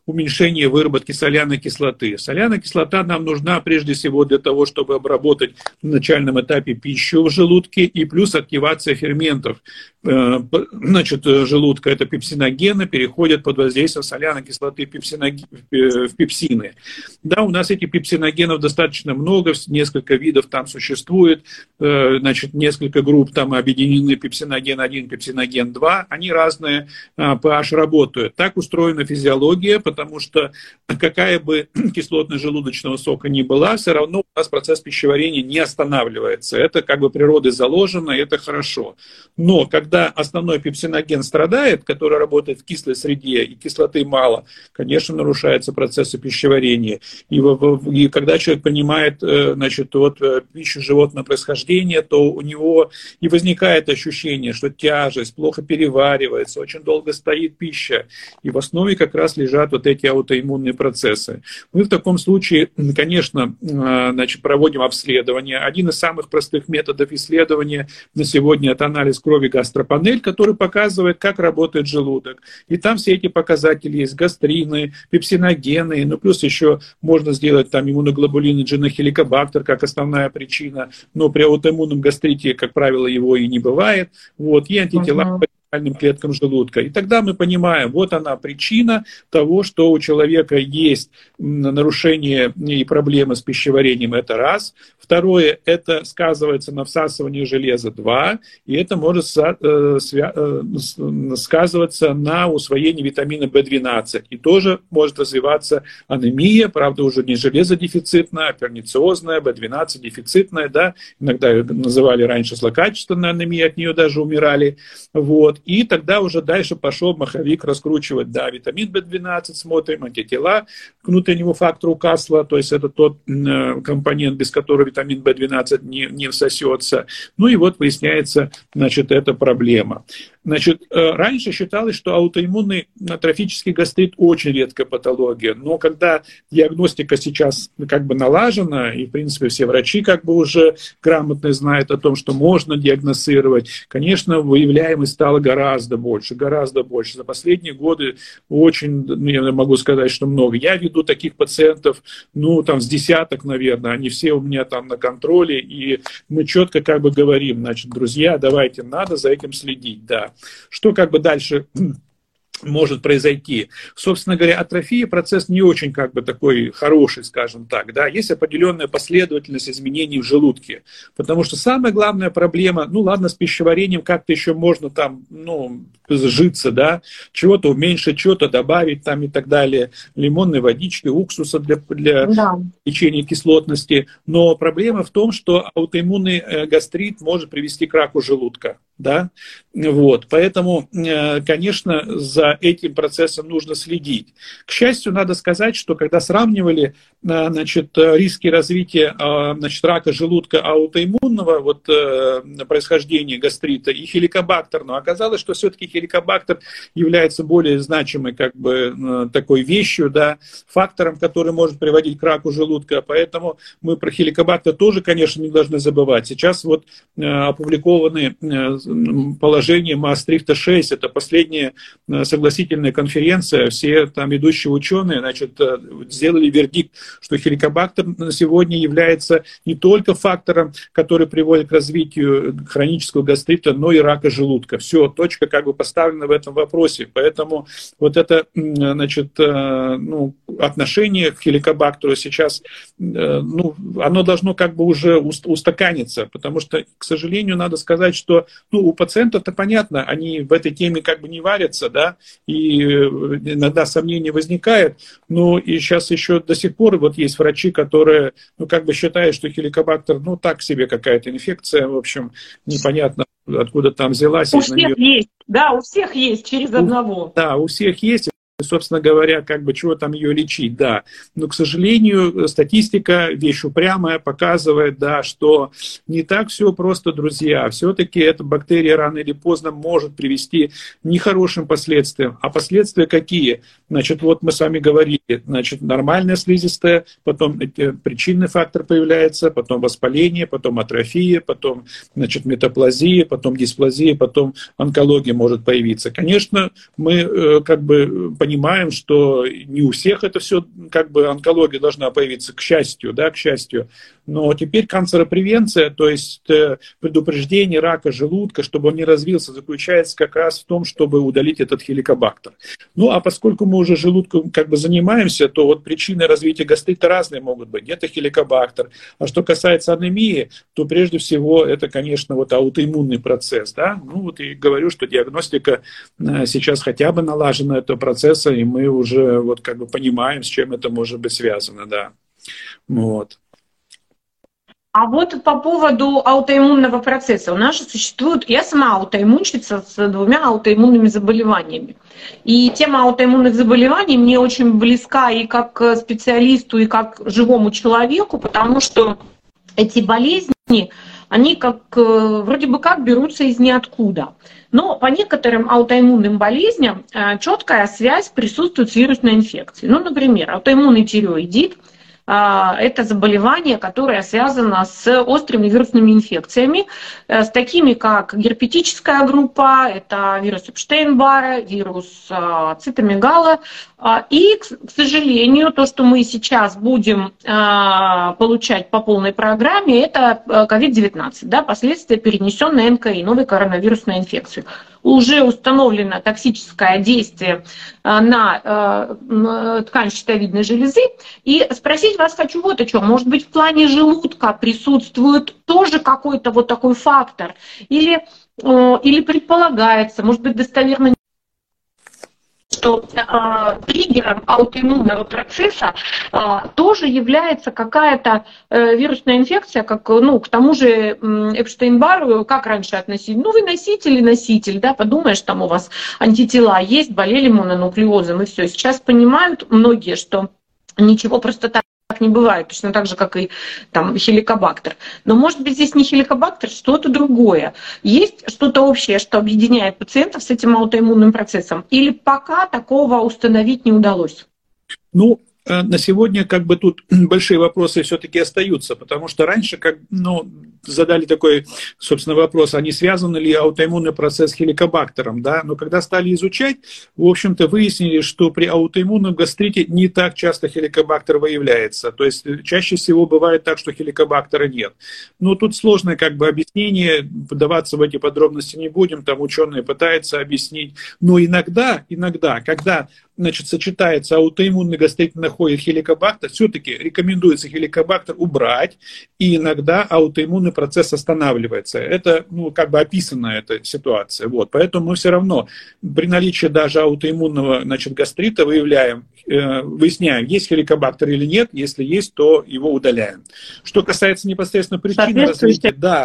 уменьшение выработки соляной кислоты. Соляная кислота нам нужна прежде всего для того, чтобы обработать на начальном этапе пищу в желудке, и плюс активация ферментов. Значит, желудка, это пепсиногены, переходят под воздействием соляной кислоты в пепсины. Да, у нас этих пепсиногенов достаточно много, несколько видов там существует, значит, несколько групп там объединены, пепсиноген 1, пепсиноген 2, они разные pH работают. Так устроена физиология, потому что какая бы кислотность желудочного сока ни была, все равно у нас процесс пищеварения не останавливается. Это как бы природой заложено, и это хорошо. Но когда основной пепсиноген страдает, который работает в кислой среде, и кислоты мало, конечно, нарушаются процессы пищеварения. И когда человек принимает, значит, вот, пищу животного происхождения, то у него и возникает ощущение, что тяжесть, плохо переваривается, очень долго стоит пища. И в основе как раз лежат вот эти аутоиммунные процессы. Мы в таком случае, конечно, значит, проводим обследование. Один из самых простых методов исследования на сегодня – это анализ крови гастропанель, который показывает, как работает желудок. И там все эти показатели есть: гастрины, пепсиногены, ну плюс еще можно сделать там иммуноглобулины, джинохеликобактер как основная причина, но при аутоиммунном гастрите, как правило, его и не бывает. Вот, и антитела клеткам желудка. И тогда мы понимаем, вот она причина того, что у человека есть нарушение и проблемы с пищеварением, это раз. Второе, это сказывается на всасывании железа, 2. И это может сказываться на усвоении витамина В12. И тоже может развиваться анемия, правда, уже не железодефицитная, а пернициозная, В12 дефицитная, да, иногда ее называли раньше злокачественной анемией, от нее даже умирали. Вот. И тогда уже дальше пошел маховик раскручивать, да, витамин В12 смотрим, антитела к внутреннему фактору Касла, то есть это тот компонент, без которого витамин В12 не всосется. Ну и вот выясняется, значит, эта проблема. Значит, раньше считалось, что аутоиммунный атрофический гастрит очень редкая патология, но когда диагностика сейчас как бы налажена, и, в принципе, все врачи как бы уже грамотно знают о том, что можно диагностировать, конечно, выявляемость стала гораздо больше, гораздо больше. За последние годы очень, ну, я могу сказать, что много. Я веду таких пациентов, ну, там, с десяток, наверное, они все у меня там на контроле, и мы четко как бы говорим, значит, друзья, давайте, надо за этим следить, да. Что как бы дальше может произойти? Собственно говоря, атрофия — процесс не очень как бы такой хороший, скажем так, да, есть определенная последовательность изменений в желудке, потому что самая главная проблема, ну ладно, с пищеварением как-то еще можно там, ну, сжиться, да, чего-то уменьшить, что-то добавить там и так далее, лимонной водички, уксуса для лечения кислотности, но проблема в том, что аутоиммунный гастрит может привести к раку желудка, да, вот, поэтому, конечно, за этим процессом нужно следить. К счастью, надо сказать, что когда сравнивали, значит, риски развития, значит, рака желудка аутоиммунного, вот, происхождения гастрита и хеликобактерного, оказалось, что все-таки хеликобактер является более значимой, как бы, такой вещью, да, фактором, который может приводить к раку желудка, поэтому мы про хеликобактер тоже, конечно, не должны забывать. Сейчас вот опубликованы положение Маастрихта-6, это последняя согласительная конференция, все там ведущие ученые, значит, сделали вердикт, что хеликобактер на сегодня является не только фактором, который приводит к развитию хронического гастрита, но и рака желудка. Все, точка как бы поставлена в этом вопросе. Поэтому вот это, значит, ну, отношение к хеликобактеру сейчас, ну, оно должно как бы уже устаканиться, потому что, к сожалению, надо сказать, что, ну, у пациентов-то понятно, они в этой теме как бы не варятся, да, и иногда сомнения возникают, но и сейчас еще до сих пор вот есть врачи, которые, ну, как бы считают, что хеликобактер, ну, так себе какая-то инфекция, в общем, непонятно, откуда там взялась. У всех есть, да, у всех есть, через одного. Да, у всех есть. Собственно говоря, как бы чего там ее лечить, да. Но, к сожалению, статистика, вещь упрямая, показывает, да, что не так все просто, друзья. Все-таки эта бактерия рано или поздно может привести к нехорошим последствиям. А последствия какие? Значит, вот мы с вами говорили, значит, нормальная слизистая, потом причинный фактор появляется, потом воспаление, потом атрофия, потом, значит, метаплазия, потом дисплазия, потом онкология может появиться. Конечно, мы как бы понимаем, понимаем, что не у всех это все, как бы онкология должна появиться, к счастью, да, к счастью. Но теперь канцеропревенция, то есть предупреждение рака желудка, чтобы он не развился, заключается как раз в том, чтобы удалить этот хеликобактер. Ну, а поскольку мы уже желудком как бы занимаемся, то вот причины развития гастрита разные могут быть. Где-то хеликобактер. А что касается анемии, то прежде всего это, конечно, вот аутоиммунный процесс, да. Ну, вот и говорю, что диагностика сейчас хотя бы налажена этого процесса, и мы уже вот как бы понимаем, с чем это может быть связано, да. Вот. А вот по поводу аутоиммунного процесса. У нас же существует, я сама аутоиммунщица с 2 аутоиммунными заболеваниями. И тема аутоиммунных заболеваний мне очень близка и как специалисту, и как живому человеку, потому что эти болезни, они как, вроде бы как берутся из ниоткуда. Но по некоторым аутоиммунным болезням четкая связь присутствует с вирусной инфекцией. Ну, например, аутоиммунный тиреоидит. Это заболевание, которое связано с острыми вирусными инфекциями, с такими как герпетическая группа, это вирус Эпштейн-Барра, вирус цитомегала. И, к сожалению, то, что мы сейчас будем получать по полной программе, это COVID-19, да, последствия перенесенной НКИ, новой коронавирусной инфекции. Уже установлено токсическое действие на ткань щитовидной железы. И спросить вас хочу вот о чем. Может быть, в плане желудка присутствует тоже какой-то вот такой фактор? Или предполагается, может быть, достоверно, что триггером аутоиммунного процесса тоже является какая-то вирусная инфекция, как, ну, к тому же Эпштейн-Барру, как раньше относили? Ну, вы носитель, да, подумаешь, там у вас антитела есть, болели мононуклеозом, и все. Сейчас понимают многие, что ничего просто так не бывает, точно так же, как и там хеликобактер. Но может быть здесь не хеликобактер, что-то другое. Есть что-то общее, что объединяет пациентов с этим аутоиммунным процессом? Или пока такого установить не удалось? Ну, на сегодня как бы тут большие вопросы все-таки остаются, потому что раньше задали такой, собственно, вопрос, а не связан ли аутоиммунный процесс с хеликобактером, да? Но когда стали изучать, в общем-то, выяснили, что при аутоиммунном гастрите не так часто хеликобактер выявляется. То есть чаще всего бывает так, что хеликобактера нет. Но тут сложное как бы объяснение, подаваться в эти подробности не будем, там ученые пытаются объяснить. Но иногда, когда сочетается аутоиммунный гастрит, находит хеликобактер, все-таки рекомендуется хеликобактер убрать, и иногда аутоиммунный процесс останавливается. Это, как бы описана эта ситуация. Вот. Поэтому мы все равно при наличии даже аутоиммунного, гастрита выясняем, есть хеликобактер или нет. Если есть, то его удаляем. Что касается непосредственно причин развития, да.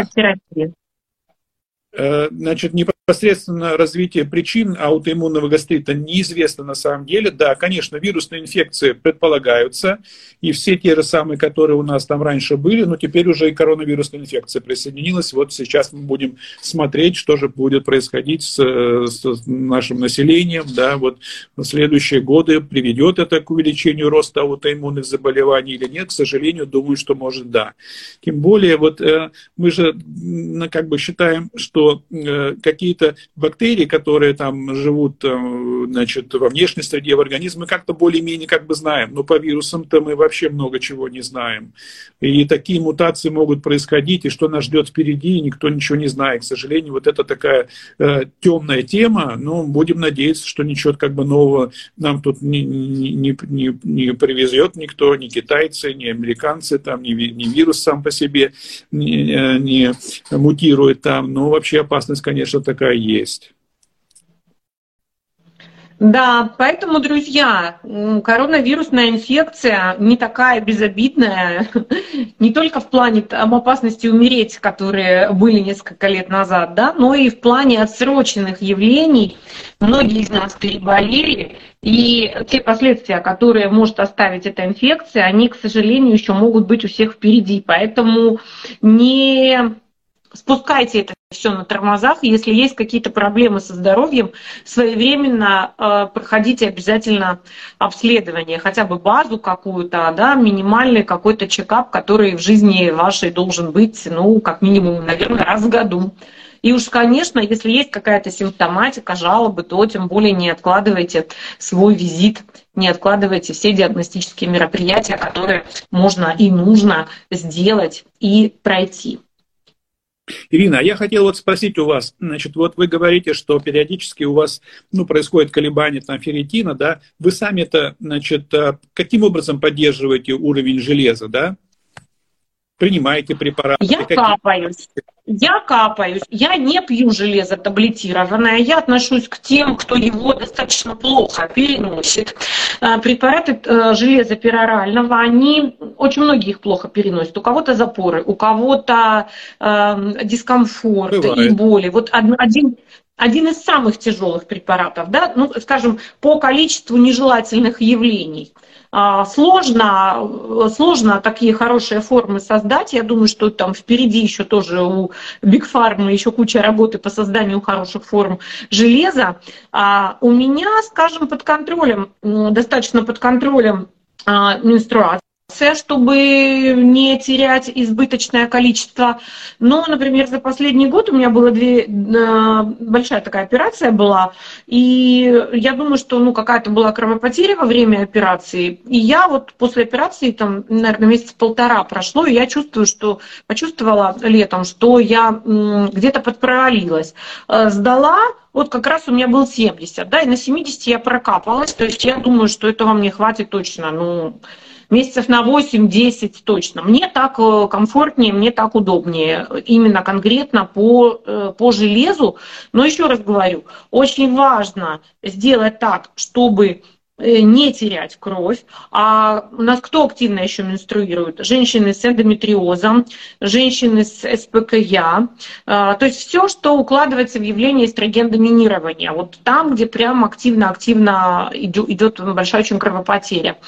Непосредственно развитие причин аутоиммунного гастрита неизвестно на самом деле. Да, конечно, вирусные инфекции предполагаются, и все те же самые, которые у нас там раньше были, но теперь уже и коронавирусная инфекция присоединилась. Вот сейчас мы будем смотреть, что же будет происходить с нашим населением. Да, вот в следующие годы приведет это к увеличению роста аутоиммунных заболеваний или нет. К сожалению, думаю, что может да. Тем более, вот мы же как бы считаем, что какие-то бактерии, которые там живут во внешней среде, в организме, мы как-то более-менее как бы знаем, но по вирусам-то мы вообще много чего не знаем. И такие мутации могут происходить, и что нас ждет впереди, никто ничего не знает. К сожалению, вот это такая темная тема, но будем надеяться, что ничего как бы нового нам тут не привезет никто, ни китайцы, ни американцы, там, ни вирус сам по себе не мутирует там, но вообще опасность, конечно, такая есть. Да, поэтому, друзья, коронавирусная инфекция не такая безобидная, не только в плане опасности умереть, которые были несколько лет назад, да, но и в плане отсроченных явлений. Многие из нас переболели, и те последствия, которые может оставить эта инфекция, они, к сожалению, еще могут быть у всех впереди. Поэтому не спускайте это все на тормозах. Если есть какие-то проблемы со здоровьем, своевременно проходите обязательно обследование, хотя бы базу какую-то, да, минимальный какой-то чекап, который в жизни вашей должен быть, как минимум, наверное, раз в году. И уж, конечно, если есть какая-то симптоматика, жалобы, то тем более не откладывайте свой визит, не откладывайте все диагностические мероприятия, которые можно и нужно сделать и пройти. Ирина, я хотел вот спросить у вас, значит, вот вы говорите, что периодически у вас, происходит колебание там ферритина, да, вы сами-то, значит, каким образом поддерживаете уровень железа, да? Принимаете препараты? Я капаюсь, я не пью железо таблетированное, я отношусь к тем, кто его достаточно плохо переносит. Препараты железа перорального, они, очень многие их плохо переносят. У кого-то запоры, у кого-то дискомфорт и боли. Вот один из самых тяжелых препаратов, да, скажем, по количеству нежелательных явлений. Сложно такие хорошие формы создать. Я думаю, что там впереди еще тоже у Big Pharma еще куча работы по созданию хороших форм железа. У меня, скажем, достаточно под контролем менструация, чтобы не терять избыточное количество. Но, например, за последний год у меня было большая такая операция была, и я думаю, что какая-то была кровопотеря во время операции. И я вот после операции, там, наверное, месяца полтора прошло, и я почувствовала летом, что я где-то подпровалилась. Сдала, вот как раз у меня был 70, да, и на 70 я прокапалась, то есть я думаю, что этого мне хватит точно, месяцев на 8-10 точно. Мне так комфортнее, мне так удобнее, именно конкретно по железу. Но еще раз говорю, очень важно сделать так, чтобы не терять кровь. А у нас кто активно еще менструирует? Женщины с эндометриозом, женщины с СПКЯ. То есть все, что укладывается в явление эстрогендоминирования. Вот там, где прям активно идет большая очень кровопотеря.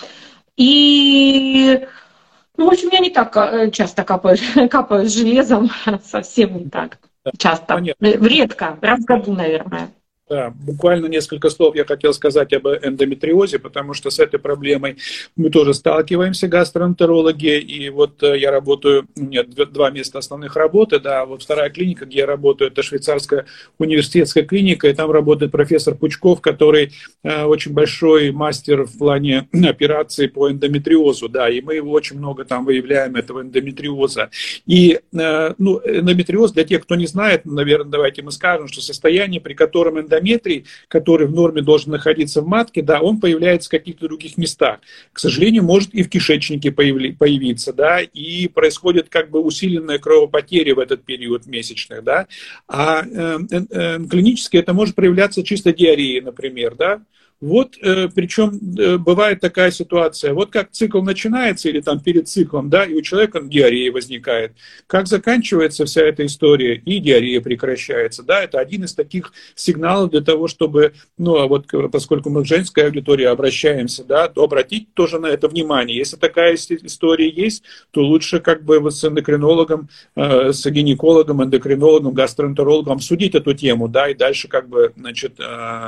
И, в общем, я не так часто капаю железом, совсем не так часто. Понятно. Редко, раз в году, наверное. Да, буквально несколько слов я хотел сказать об эндометриозе, потому что с этой проблемой мы тоже сталкиваемся, гастроэнтерологи, и вот я работаю, у меня 2 места основных работы, да, вот вторая клиника, где я работаю, это швейцарская университетская клиника, и там работает профессор Пучков, который очень большой мастер в плане операций по эндометриозу, да, и мы его очень много там выявляем, этого эндометриоза. И, эндометриоз, для тех, кто не знает, наверное, давайте мы скажем, что состояние, при котором эндометрий, который в норме должен находиться в матке, да, он появляется в каких-то других местах. К сожалению, может и в кишечнике появиться, да, и происходит как бы усиленная кровопотеря в этот период месячных, да, а клинически это может проявляться чисто диареей, например, да. Вот, причем бывает такая ситуация, вот как цикл начинается или там перед циклом, да, и у человека диарея возникает. Как заканчивается вся эта история, и диарея прекращается, да, это один из таких сигналов для того, чтобы, а вот поскольку мы к женской аудитории обращаемся, да, то обратить тоже на это внимание. Если такая история есть, то лучше как бы вот с эндокринологом, с гинекологом, эндокринологом, гастроэнтерологом обсудить эту тему, да, и дальше как бы, значит,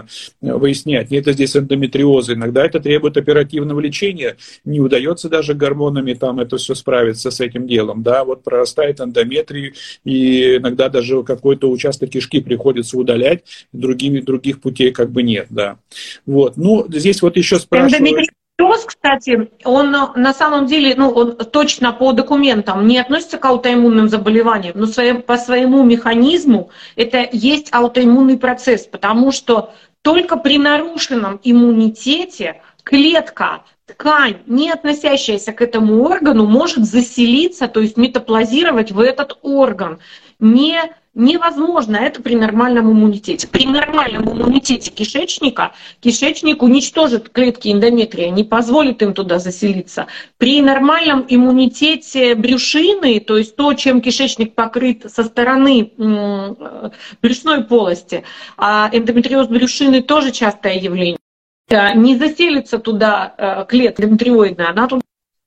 выяснять. Это здесь эндометриоза. Иногда это требует оперативного лечения. Не удается даже гормонами там это все справиться с этим делом. Да, вот прорастает эндометрий, и иногда даже какой-то участок кишки приходится удалять, других путей как бы нет. Да. Вот. Здесь вот еще спрашивают... Эндометриоз, кстати, он на самом деле, он точно по документам не относится к аутоиммунным заболеваниям, но по своему механизму это есть аутоиммунный процесс, потому что только при нарушенном иммунитете клетка, ткань, не относящаяся к этому органу, может заселиться, то есть метаплазировать в этот орган. Невозможно это при нормальном иммунитете. При нормальном иммунитете кишечник уничтожит клетки эндометрия, не позволит им туда заселиться. При нормальном иммунитете брюшины, то есть то, чем кишечник покрыт со стороны брюшной полости, а эндометриоз брюшины тоже частое явление, не заселится туда клетка эндометриоидная, она туда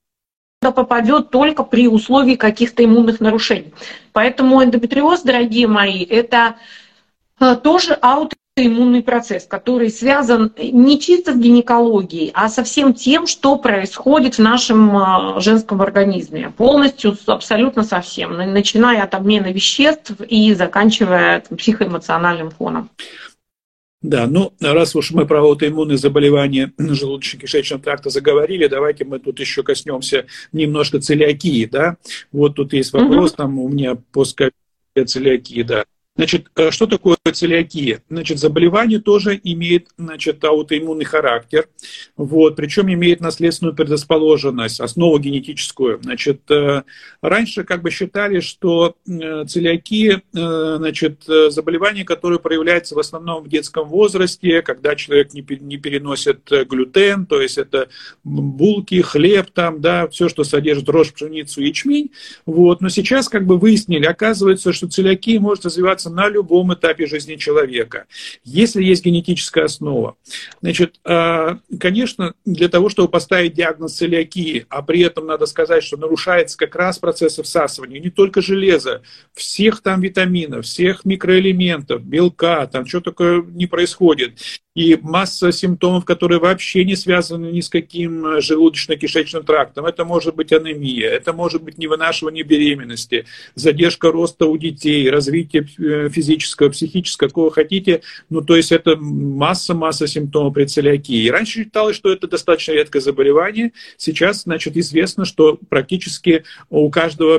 попадет только при условии каких-то иммунных нарушений. Поэтому эндометриоз, дорогие мои, это тоже иммунный процесс, который связан не чисто с гинекологией, а со всем тем, что происходит в нашем женском организме. Полностью, абсолютно со всем, начиная от обмена веществ и заканчивая психоэмоциональным фоном. Да, ну, раз уж мы про аутоиммунные заболевания желудочно-кишечного тракта заговорили, давайте мы тут еще коснемся немножко целиакии, да. Вот тут есть вопрос, там у меня по целиакии, да. Значит, что такое целиакия? Значит, заболевание тоже имеет, значит, аутоиммунный характер, вот, причем имеет наследственную предрасположенность, основу генетическую. Значит, раньше как бы считали, что целиакия, значит, заболевание, которое проявляется в основном в детском возрасте, когда человек не переносит глютен, то есть это булки, хлеб, там, да, все, что содержит рожь, пшеницу, ячмень, вот. Но сейчас как бы выяснили, оказывается, что целиакия может развиваться на любом этапе жизни человека, если есть генетическая основа. Значит, конечно, для того, чтобы поставить диагноз целиакии, а при этом надо сказать, что нарушается как раз процесс всасывания, не только железа, всех там витаминов, всех микроэлементов, белка, там что такое не происходит. И масса симптомов, которые вообще не связаны ни с каким желудочно-кишечным трактом. Это может быть анемия, это может быть невынашивание беременности, задержка роста у детей, развитие физического, психического, какого хотите. Ну, то есть это масса симптомов при целиакии. И раньше считалось, что это достаточно редкое заболевание. Сейчас, значит, известно, что практически у каждого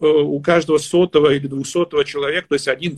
сотого или 200 человека, то есть 1-2%,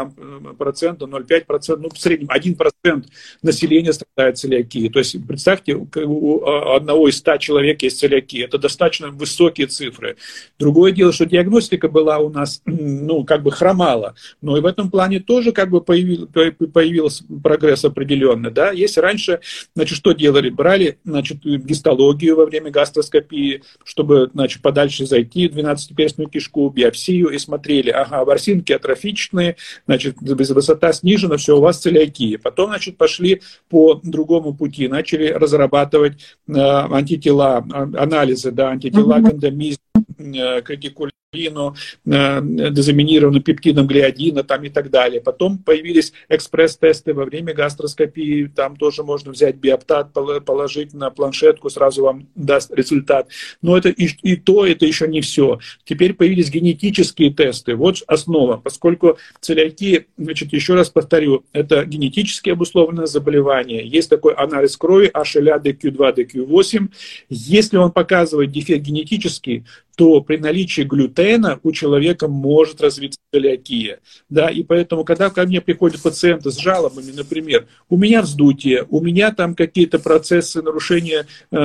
0,5%, ну, в среднем 1% население страдает целиакией. То есть, представьте, у одного из 100 человек есть целиакия. Это достаточно высокие цифры. Другое дело, что диагностика была у нас, ну, как бы хромала. Но и в этом плане тоже как бы появился прогресс определенный. Да? Если раньше, значит, что делали? Брали, значит, гистологию во время гастроскопии, чтобы, значит, подальше зайти в 12-перстную кишку, биопсию, и смотрели, ага, ворсинки атрофичные, значит, высота снижена, все, у вас целиакия. Потом, значит, пошли по другому пути, начали разрабатывать антитела, анализы, да, антитела к эндемизму, к радикулину, дезаминированным пептидом глиадина там, и так далее. Потом появились экспресс-тесты во время гастроскопии, там тоже можно взять биоптат, положить на планшетку, сразу вам даст результат. Но это это еще не все. Теперь появились генетические тесты. Вот основа, поскольку целиакия, значит, еще раз повторю, это генетически обусловленное заболевание. Есть такой анализ крови HLA DQ2, DQ8. Если он показывает дефект генетический, то при наличии глютена у человека может развиться целиакия. Да? И поэтому, когда ко мне приходят пациенты с жалобами, например, у меня вздутие, у меня там какие-то процессы нарушения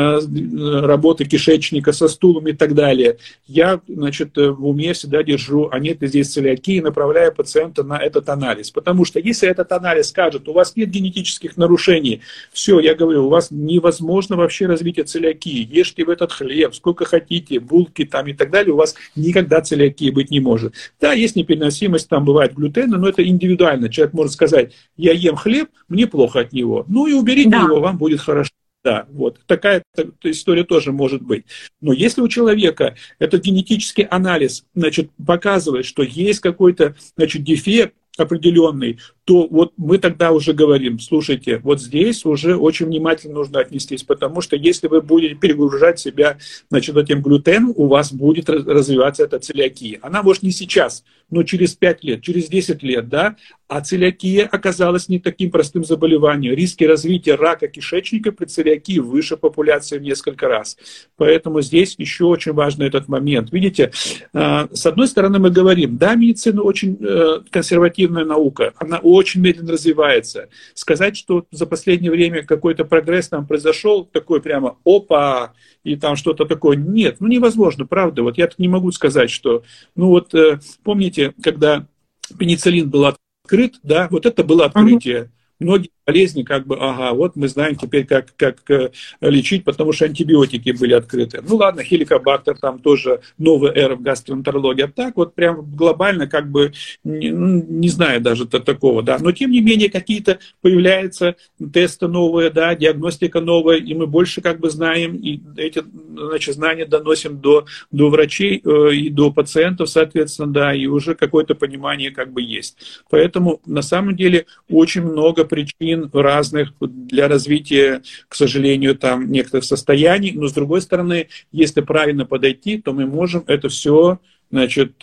работы кишечника со стулом и так далее, я, значит, в уме всегда держу, а нет ли здесь целиакии, направляю пациента на этот анализ. Потому что если этот анализ скажет, у вас нет генетических нарушений, все, я говорю, у вас невозможно вообще развитие целиакии. Ешьте в этот хлеб, сколько хотите, булки там и так далее, у вас никогда целиакии быть не может. Да, есть непереносимость, там бывает глютена, но это индивидуально. Человек может сказать, я ем хлеб, мне плохо от него. Ну и уберите его, вам будет хорошо. Да, вот. Такая история тоже может быть. Но если у человека этот генетический анализ, значит, показывает, что есть какой-то, значит, дефект определенный, то вот мы тогда уже говорим, слушайте, вот здесь уже очень внимательно нужно отнестись, потому что если вы будете перегружать себя, значит, этим глютеном, у вас будет развиваться эта целиакия. Она может не сейчас, но через 5 лет, через 10 лет, да, а целиакия оказалась не таким простым заболеванием. Риски развития рака кишечника при целиакии выше популяции в несколько раз. Поэтому здесь еще очень важный этот момент. Видите, с одной стороны мы говорим, да, медицина очень консервативная наука, она очень медленно развивается. Сказать, что за последнее время какой-то прогресс там произошел, такой прямо опа, и там что-то такое, нет, ну невозможно, правда. Вот я так не могу сказать, что, ну вот помните, когда пенициллин был открыт, да, вот это было открытие. Многие болезни, как бы, ага, вот мы знаем теперь, как лечить, потому что антибиотики были открыты. Ну ладно, хеликобактер, там тоже новая эра в гастроэнтерологии. А так вот прям глобально, как бы, не знаю даже такого, да. Но тем не менее какие-то появляются тесты новые, да, диагностика новая, и мы больше как бы знаем, и эти, значит, знания доносим до врачей и до пациентов, соответственно, да, и уже какое-то понимание как бы есть. Поэтому на самом деле очень много причин разных для развития, к сожалению, там некоторых состояний, но с другой стороны, если правильно подойти, то мы можем это все, значит,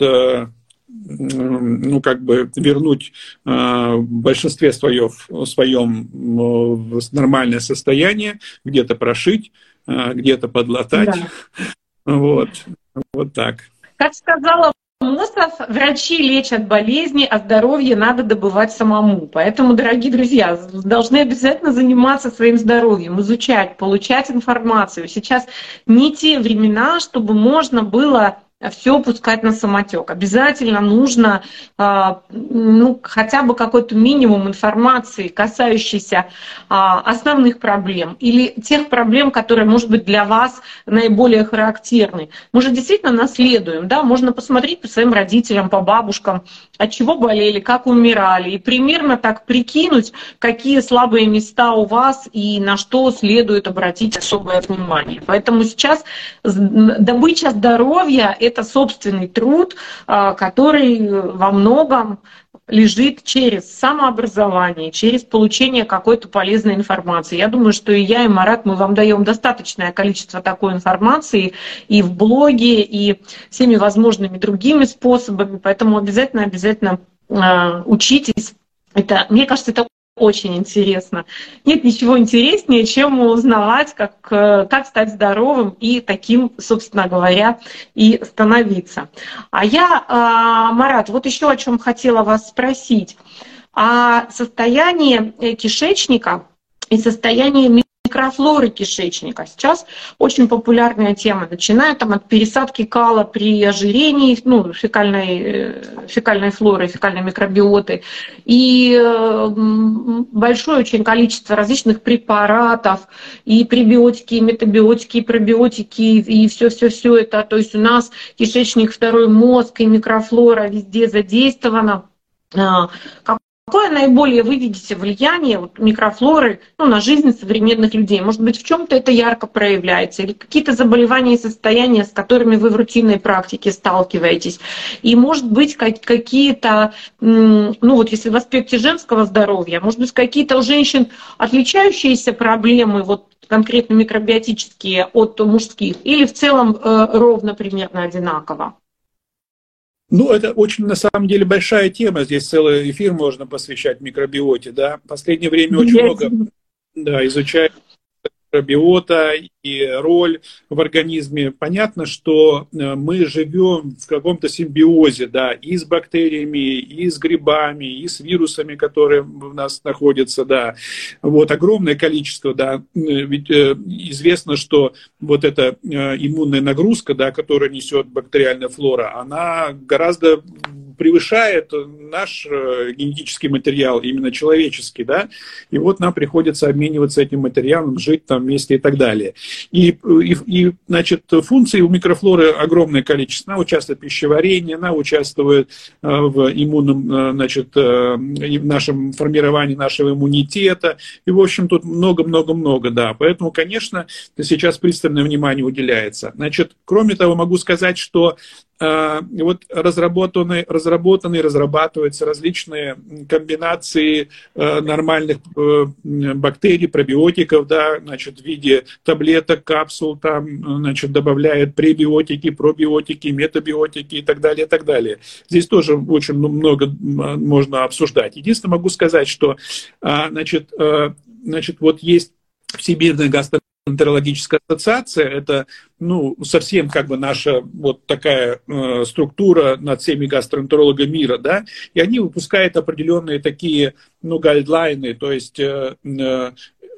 ну, как бы вернуть в большинстве своем нормальное состояние, где-то прошить, где-то подлатать. Да. Вот так. Как сказала Мосов, врачи лечат болезни, а здоровье надо добывать самому. Поэтому, дорогие друзья, должны обязательно заниматься своим здоровьем, изучать, получать информацию. Сейчас не те времена, чтобы можно было все пускать на самотек. Обязательно нужно хотя бы какой-то минимум информации, касающейся основных проблем или тех проблем, которые, может быть, для вас наиболее характерны. Мы же действительно наследуем, да, можно посмотреть по своим родителям, по бабушкам, от чего болели, как умирали, и примерно так прикинуть, какие слабые места у вас и на что следует обратить особое внимание. Поэтому сейчас добыча здоровья — это собственный труд, который во многом лежит через самообразование, через получение какой-то полезной информации. Я думаю, что и я, и Марат, мы вам даем достаточное количество такой информации и в блоге, и всеми возможными другими способами, поэтому обязательно учитесь. Это, мне кажется, это очень интересно. Нет ничего интереснее, чем узнавать, как стать здоровым и таким, собственно говоря, и становиться. А я, Марат, вот еще о чем хотела вас спросить. О состоянии кишечника и состоянии микрофлоры кишечника. Сейчас очень популярная тема, начиная там от пересадки кала при ожирении, фекальной флоры, фекальной микробиоты, и большое очень количество различных препаратов, и пребиотики, и метабиотики, и пробиотики, и все это. То есть у нас кишечник, второй мозг и микрофлора везде задействована. Какое наиболее вы видите влияние микрофлоры на жизнь современных людей? Может быть, в чем-то это ярко проявляется? Или какие-то заболевания и состояния, с которыми вы в рутинной практике сталкиваетесь? И, может быть, какие-то, если в аспекте женского здоровья, может быть, какие-то у женщин отличающиеся проблемы, конкретно микробиотические, от мужских? Или в целом ровно примерно одинаково? Это очень, на самом деле, большая тема. Здесь целый эфир можно посвящать микробиоте. Да? В последнее время очень много изучают микробиота и роль в организме. Понятно, что мы живем в каком-то симбиозе, да, и с бактериями, и с грибами, и с вирусами, которые в нас находятся, да. Огромное количество, да. Ведь известно, что эта иммунная нагрузка, да, которую несет бактериальная флора, она гораздо превышает наш генетический материал, именно человеческий, да, и нам приходится обмениваться этим материалом, жить там вместе и так далее. И значит, функций у микрофлоры огромное количество. Она участвует в пищеварении, она участвует в иммунном, значит, в нашем формировании нашего иммунитета. И, в общем, тут много-много-много, да. Поэтому, конечно, сейчас пристальное внимание уделяется. Значит, кроме того, могу сказать, что разрабатываются различные комбинации нормальных бактерий, пробиотиков, да, значит, в виде таблеток, капсул, там, значит, добавляют пребиотики, пробиотики, метабиотики и так далее, и так далее. Здесь тоже очень много можно обсуждать. Единственное, могу сказать, что, значит, есть Всемирная гастроэнтерологическая ассоциация, это, совсем как бы наша такая структура над всеми гастроэнтерологами мира, да, и они выпускают определенные такие, гайдлайны, то есть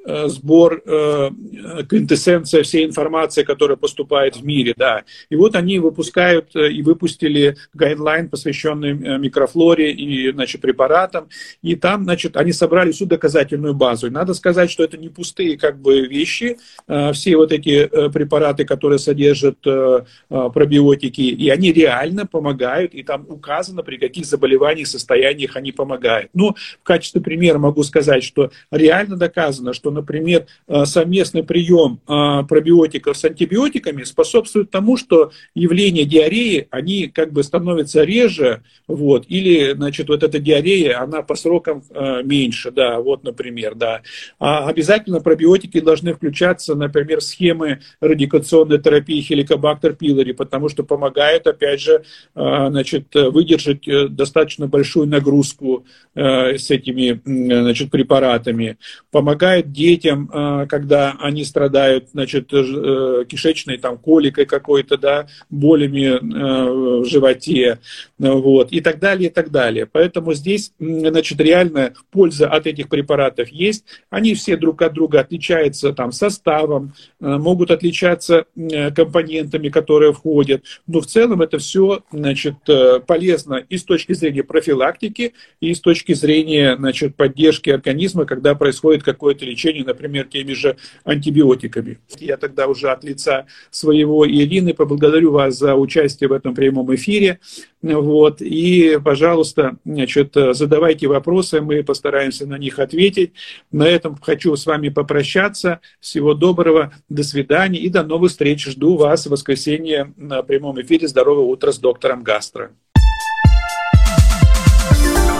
сбор, квинтэссенция всей информации, которая поступает в мире, да. И вот они выпускают и выпустили гайдлайн, посвященный микрофлоре и, значит, препаратам, и там, значит, они собрали всю доказательную базу. И надо сказать, что это не пустые как бы вещи, все вот эти препараты, которые содержат пробиотики, и они реально помогают, и там указано, при каких заболеваниях, состояниях они помогают. Ну, в качестве примера могу сказать, что реально доказано, что, например, совместный прием пробиотиков с антибиотиками способствует тому, что явления диареи, они как бы становятся реже, вот, или, значит, вот эта диарея, она по срокам меньше, да, вот, например, да. А обязательно пробиотики должны включаться, например, в схемы радикационной терапии Helicobacter pylori, потому что помогают, опять же, значит, выдержать достаточно большую нагрузку с этими, значит, препаратами. Помогает детям, когда они страдают, значит, кишечной там коликой какой-то, да, болями в животе, вот, и так далее, и так далее. Поэтому здесь, значит, реально польза от этих препаратов есть. Они все друг от друга отличаются там составом, могут отличаться компонентами, которые входят. Но в целом это все, значит, полезно и с точки зрения профилактики, и с точки зрения, значит, поддержки организма, когда происходит какое-то лечение, например, теми же антибиотиками. Я тогда уже от лица своего и Ирины поблагодарю вас за участие в этом прямом эфире. Вот. И, пожалуйста, значит, задавайте вопросы, мы постараемся на них ответить. На этом хочу с вами попрощаться. Всего доброго, до свидания и до новых встреч. Жду вас в воскресенье на прямом эфире «Здоровое утро» с доктором Гастро.